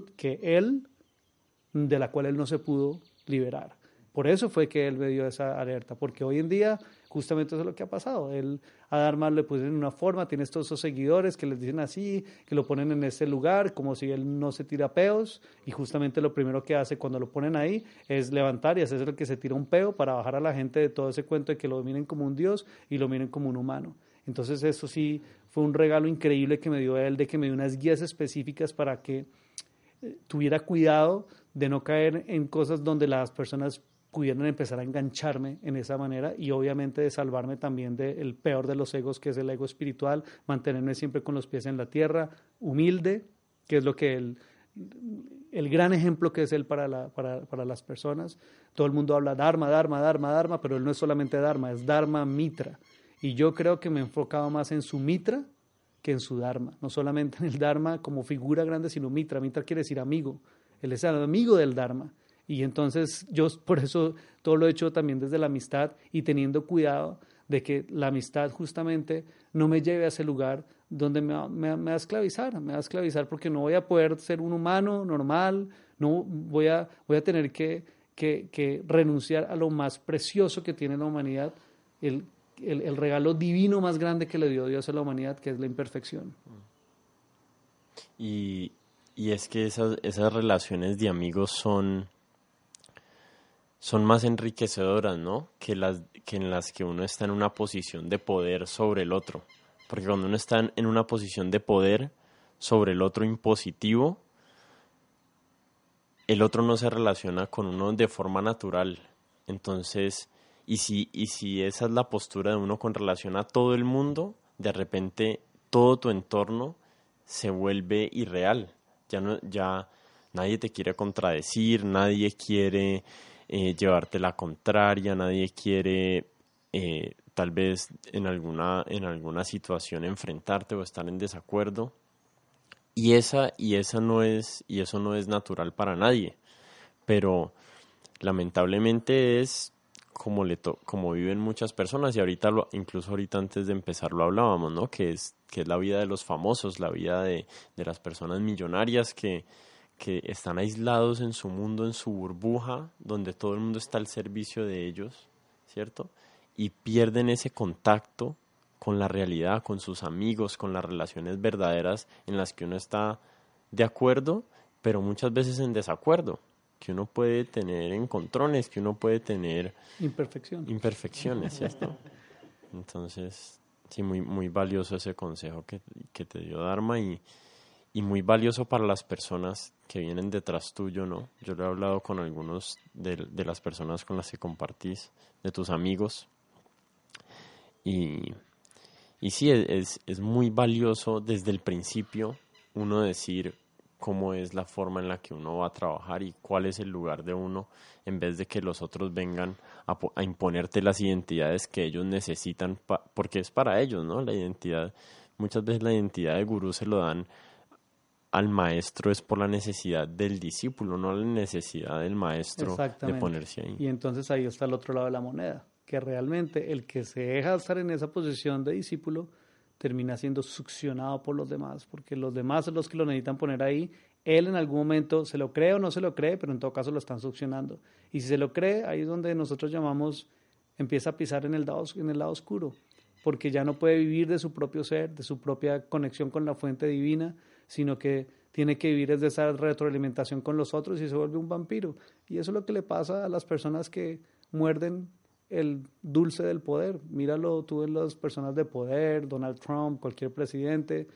B: de la cual él no se pudo liberar. Por eso fue que él me dio esa alerta, porque hoy en día justamente eso es lo que ha pasado. Él a Dharma le pusieron en una forma, tienes todos esos seguidores que les dicen así, que lo ponen en ese lugar como si él no se tira peos y justamente lo primero que hace cuando lo ponen ahí es levantar y hacerse el que se tira un peo para bajar a la gente de todo ese cuento de que lo miren como un dios y lo miren como un humano. Entonces eso sí fue un regalo increíble que me dio él, de que me dio unas guías específicas para que tuviera cuidado de no caer en cosas donde las personas pudieran empezar a engancharme en esa manera y obviamente de salvarme también del peor de los egos, que es el ego espiritual, mantenerme siempre con los pies en la tierra, humilde, que es lo que el gran ejemplo que es él para las personas. Todo el mundo habla Dharma, Dharma, Dharma, Dharma, pero él no es solamente Dharma, es Dharma Mitra. Y yo creo que me he enfocado más en su Mitra que en su Dharma. No solamente en el Dharma como figura grande, sino Mitra. Mitra quiere decir amigo. Él es el amigo del Dharma. Y entonces yo por eso todo lo he hecho también desde la amistad y teniendo cuidado de que la amistad justamente no me lleve a ese lugar donde me va a esclavizar, porque no voy a poder ser un humano normal, no voy a tener que renunciar a lo más precioso que tiene la humanidad, el regalo divino más grande que le dio Dios a la humanidad, que es la imperfección.
A: Y es que esas relaciones de amigos son más enriquecedoras, ¿no? Que en las que uno está en una posición de poder sobre el otro. Porque cuando uno está en una posición de poder sobre el otro impositivo, el otro no se relaciona con uno de forma natural. Entonces, y si esa es la postura de uno con relación a todo el mundo, de repente todo tu entorno se vuelve irreal. Ya nadie te quiere contradecir, nadie quiere llevarte la contraria, nadie quiere tal vez en alguna situación enfrentarte o estar en desacuerdo. Y eso no es natural para nadie, pero lamentablemente es como viven muchas personas, y incluso ahorita antes de empezar lo hablábamos, ¿no? Que es la vida de los famosos, la vida de las personas millonarias que están aislados en su mundo, en su burbuja, donde todo el mundo está al servicio de ellos, ¿cierto? Y pierden ese contacto con la realidad, con sus amigos, con las relaciones verdaderas en las que uno está de acuerdo, pero muchas veces en desacuerdo, que uno puede tener encontrones, que uno puede tener imperfecciones, ¿cierto? Entonces, sí, muy, muy valioso ese consejo que te dio Dharma y muy valioso para las personas que vienen detrás tuyo, ¿no? Yo lo he hablado con algunos de las personas con las que compartís, de tus amigos, y sí, es muy valioso desde el principio uno decir cómo es la forma en la que uno va a trabajar y cuál es el lugar de uno, en vez de que los otros vengan a imponerte las identidades que ellos necesitan, porque es para ellos, ¿no? La identidad, muchas veces la identidad de gurú se lo dan al maestro es por la necesidad del discípulo, no la necesidad del maestro de ponerse ahí.
B: Y entonces ahí está el otro lado de la moneda, que realmente el que se deja estar en esa posición de discípulo termina siendo succionado por los demás, porque los demás son los que lo necesitan poner ahí. Él en algún momento se lo cree o no se lo cree, pero en todo caso lo están succionando. Y si se lo cree, ahí es donde nosotros llamamos, empieza a pisar en el lado oscuro, porque ya no puede vivir de su propio ser, de su propia conexión con la fuente divina, sino que tiene que vivir desde esa retroalimentación con los otros y se vuelve un vampiro. Y eso es lo que le pasa a las personas que muerden el dulce del poder. Míralo tú en las personas de poder, Donald Trump, cualquier presidente,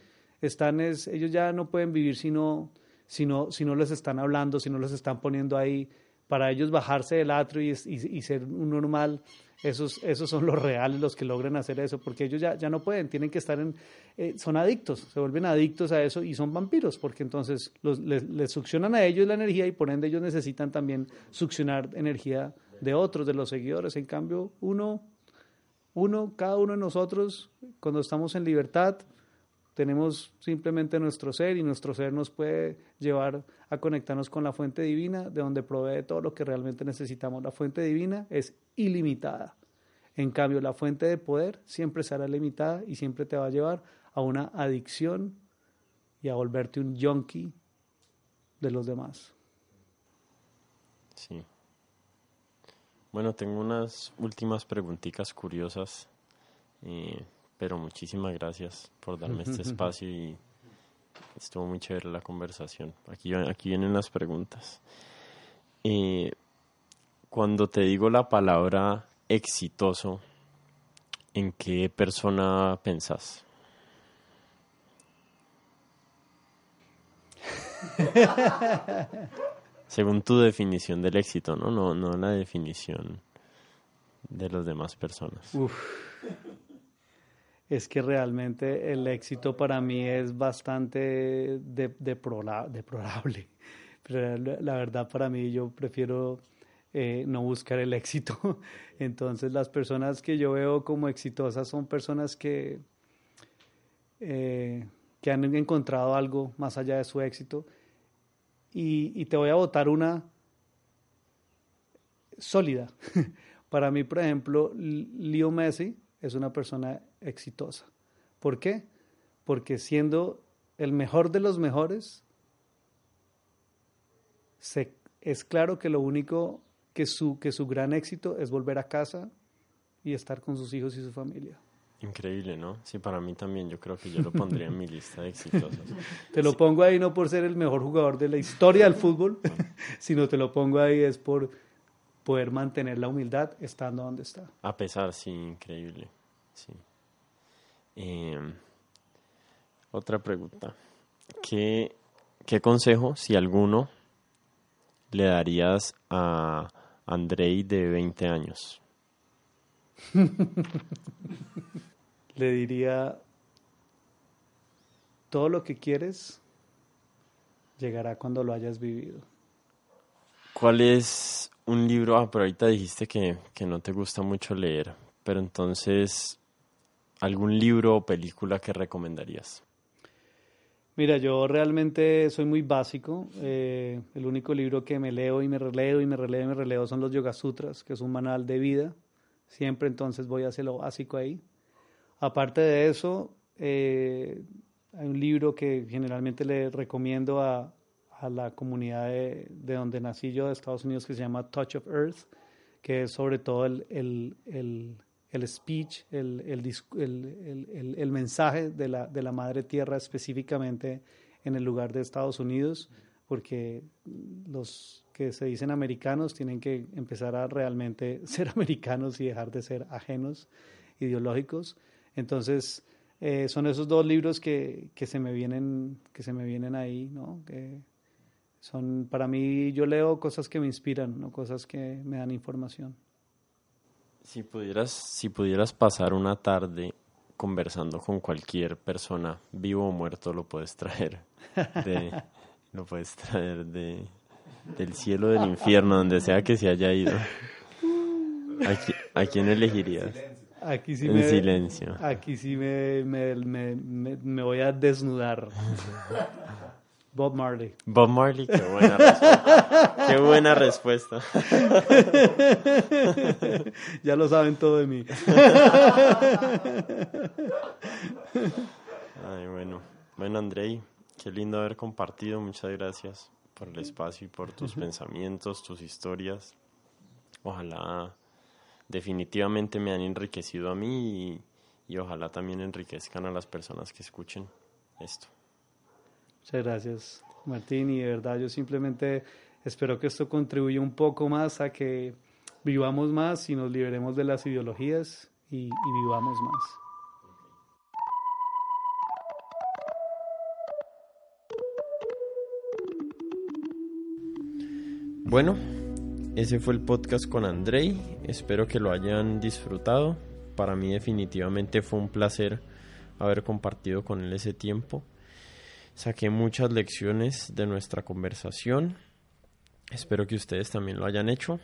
B: ellos ya no pueden vivir si no les están hablando, si no les están poniendo ahí para ellos bajarse del atrio y ser un normal, esos son los reales, los que logran hacer eso, porque ellos ya no pueden, tienen que estar son adictos, se vuelven adictos a eso y son vampiros, porque entonces les succionan a ellos la energía y por ende ellos necesitan también succionar energía de otros, de los seguidores. En cambio, cada uno de nosotros, cuando estamos en libertad, tenemos simplemente nuestro ser y nuestro ser nos puede llevar a conectarnos con la fuente divina, de donde provee todo lo que realmente necesitamos. La fuente divina es ilimitada. En cambio, la fuente de poder siempre será limitada y siempre te va a llevar a una adicción y a volverte un junkie de los demás.
A: Sí. Bueno, tengo unas últimas preguntitas curiosas, pero muchísimas gracias por darme este espacio y estuvo muy chévere la conversación. Aquí vienen las preguntas. Cuando te digo la palabra exitoso, ¿en qué persona pensás? Según tu definición del éxito, ¿no? No la definición de las demás personas.
B: Es que realmente el éxito para mí es bastante deplorable. Pero la verdad para mí yo prefiero no buscar el éxito. Entonces las personas que yo veo como exitosas son personas que han encontrado algo más allá de su éxito. Y te voy a botar una sólida. Para mí, por ejemplo, Leo Messi es una persona exitosa. ¿Por qué? Porque siendo el mejor de los mejores, es claro que lo único que su gran éxito es volver a casa y estar con sus hijos y su familia.
A: Increíble, ¿no? Sí, para mí también. Yo creo que yo lo pondría en mi lista de exitosos.
B: Te lo pongo ahí no por ser el mejor jugador de la historia del fútbol, sino te lo pongo ahí es por poder mantener la humildad estando donde está.
A: A pesar, sí, increíble. Sí. Otra pregunta. ¿Qué consejo, si alguno, le darías a Andrei de 20 años?
B: Le diría, todo lo que quieres llegará cuando lo hayas vivido.
A: ¿Cuál es un libro? Pero ahorita dijiste que no te gusta mucho leer, pero entonces, ¿algún libro o película que recomendarías?
B: Mira, yo realmente soy muy básico. El único libro que me leo y me releo y me releo y me releo son los Yoga Sutras, que es un manual de vida. Siempre entonces voy a hacer lo básico ahí. Aparte de eso, hay un libro que generalmente le recomiendo a la comunidad de donde nací yo, de Estados Unidos, que se llama Touch of Earth, que es sobre todo el speech, el mensaje de la Madre Tierra específicamente en el lugar de Estados Unidos, porque los que se dicen americanos tienen que empezar a realmente ser americanos y dejar de ser ajenos, ideológicos. Entonces, son esos dos libros que se me vienen ahí, ¿no? Que son, para mí, yo leo cosas que me inspiran, no cosas que me dan información.
A: Si pudieras pasar una tarde conversando con cualquier persona, vivo o muerto, lo puedes traer del cielo, del infierno, donde sea que se haya ido. ¿A quién elegirías? Silencio.
B: Aquí sí me voy a desnudar. Bob Marley.
A: Bob Marley, qué buena respuesta. Qué buena respuesta.
B: Ya lo saben todo de mí.
A: Ay, bueno. Bueno, Andrei, qué lindo haber compartido. Muchas gracias por el espacio y por tus pensamientos, tus historias. Ojalá definitivamente me han enriquecido a mí y ojalá también enriquezcan a las personas que escuchen esto.
B: Muchas gracias, Martín, y de verdad yo simplemente espero que esto contribuya un poco más a que vivamos más y nos liberemos de las ideologías y vivamos más.
A: Bueno, ese fue el podcast con Andrei. Espero que lo hayan disfrutado. Para mí definitivamente fue un placer haber compartido con él ese tiempo. Saqué muchas lecciones de nuestra conversación. Espero que ustedes también lo hayan hecho.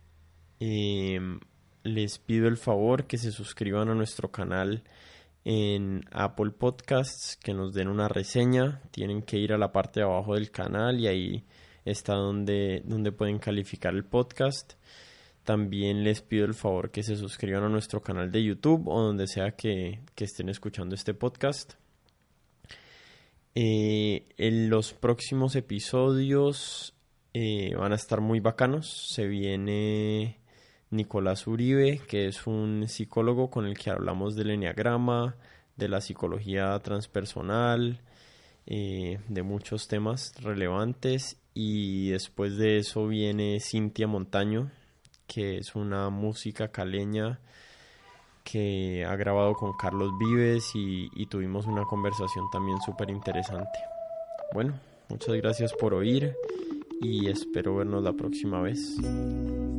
A: Les pido el favor que se suscriban a nuestro canal en Apple Podcasts, que nos den una reseña. Tienen que ir a la parte de abajo del canal y ahí está donde pueden calificar el podcast. También les pido el favor que se suscriban a nuestro canal de YouTube o donde sea que estén escuchando este podcast. En los próximos episodios van a estar muy bacanos. Se viene Nicolás Uribe, que es un psicólogo con el que hablamos del eneagrama, de la psicología transpersonal, de muchos temas relevantes. Y después de eso viene Cintia Montaño, que es una música caleña que ha grabado con Carlos Vives y tuvimos una conversación también súper interesante. Bueno, muchas gracias por oír y espero vernos la próxima vez.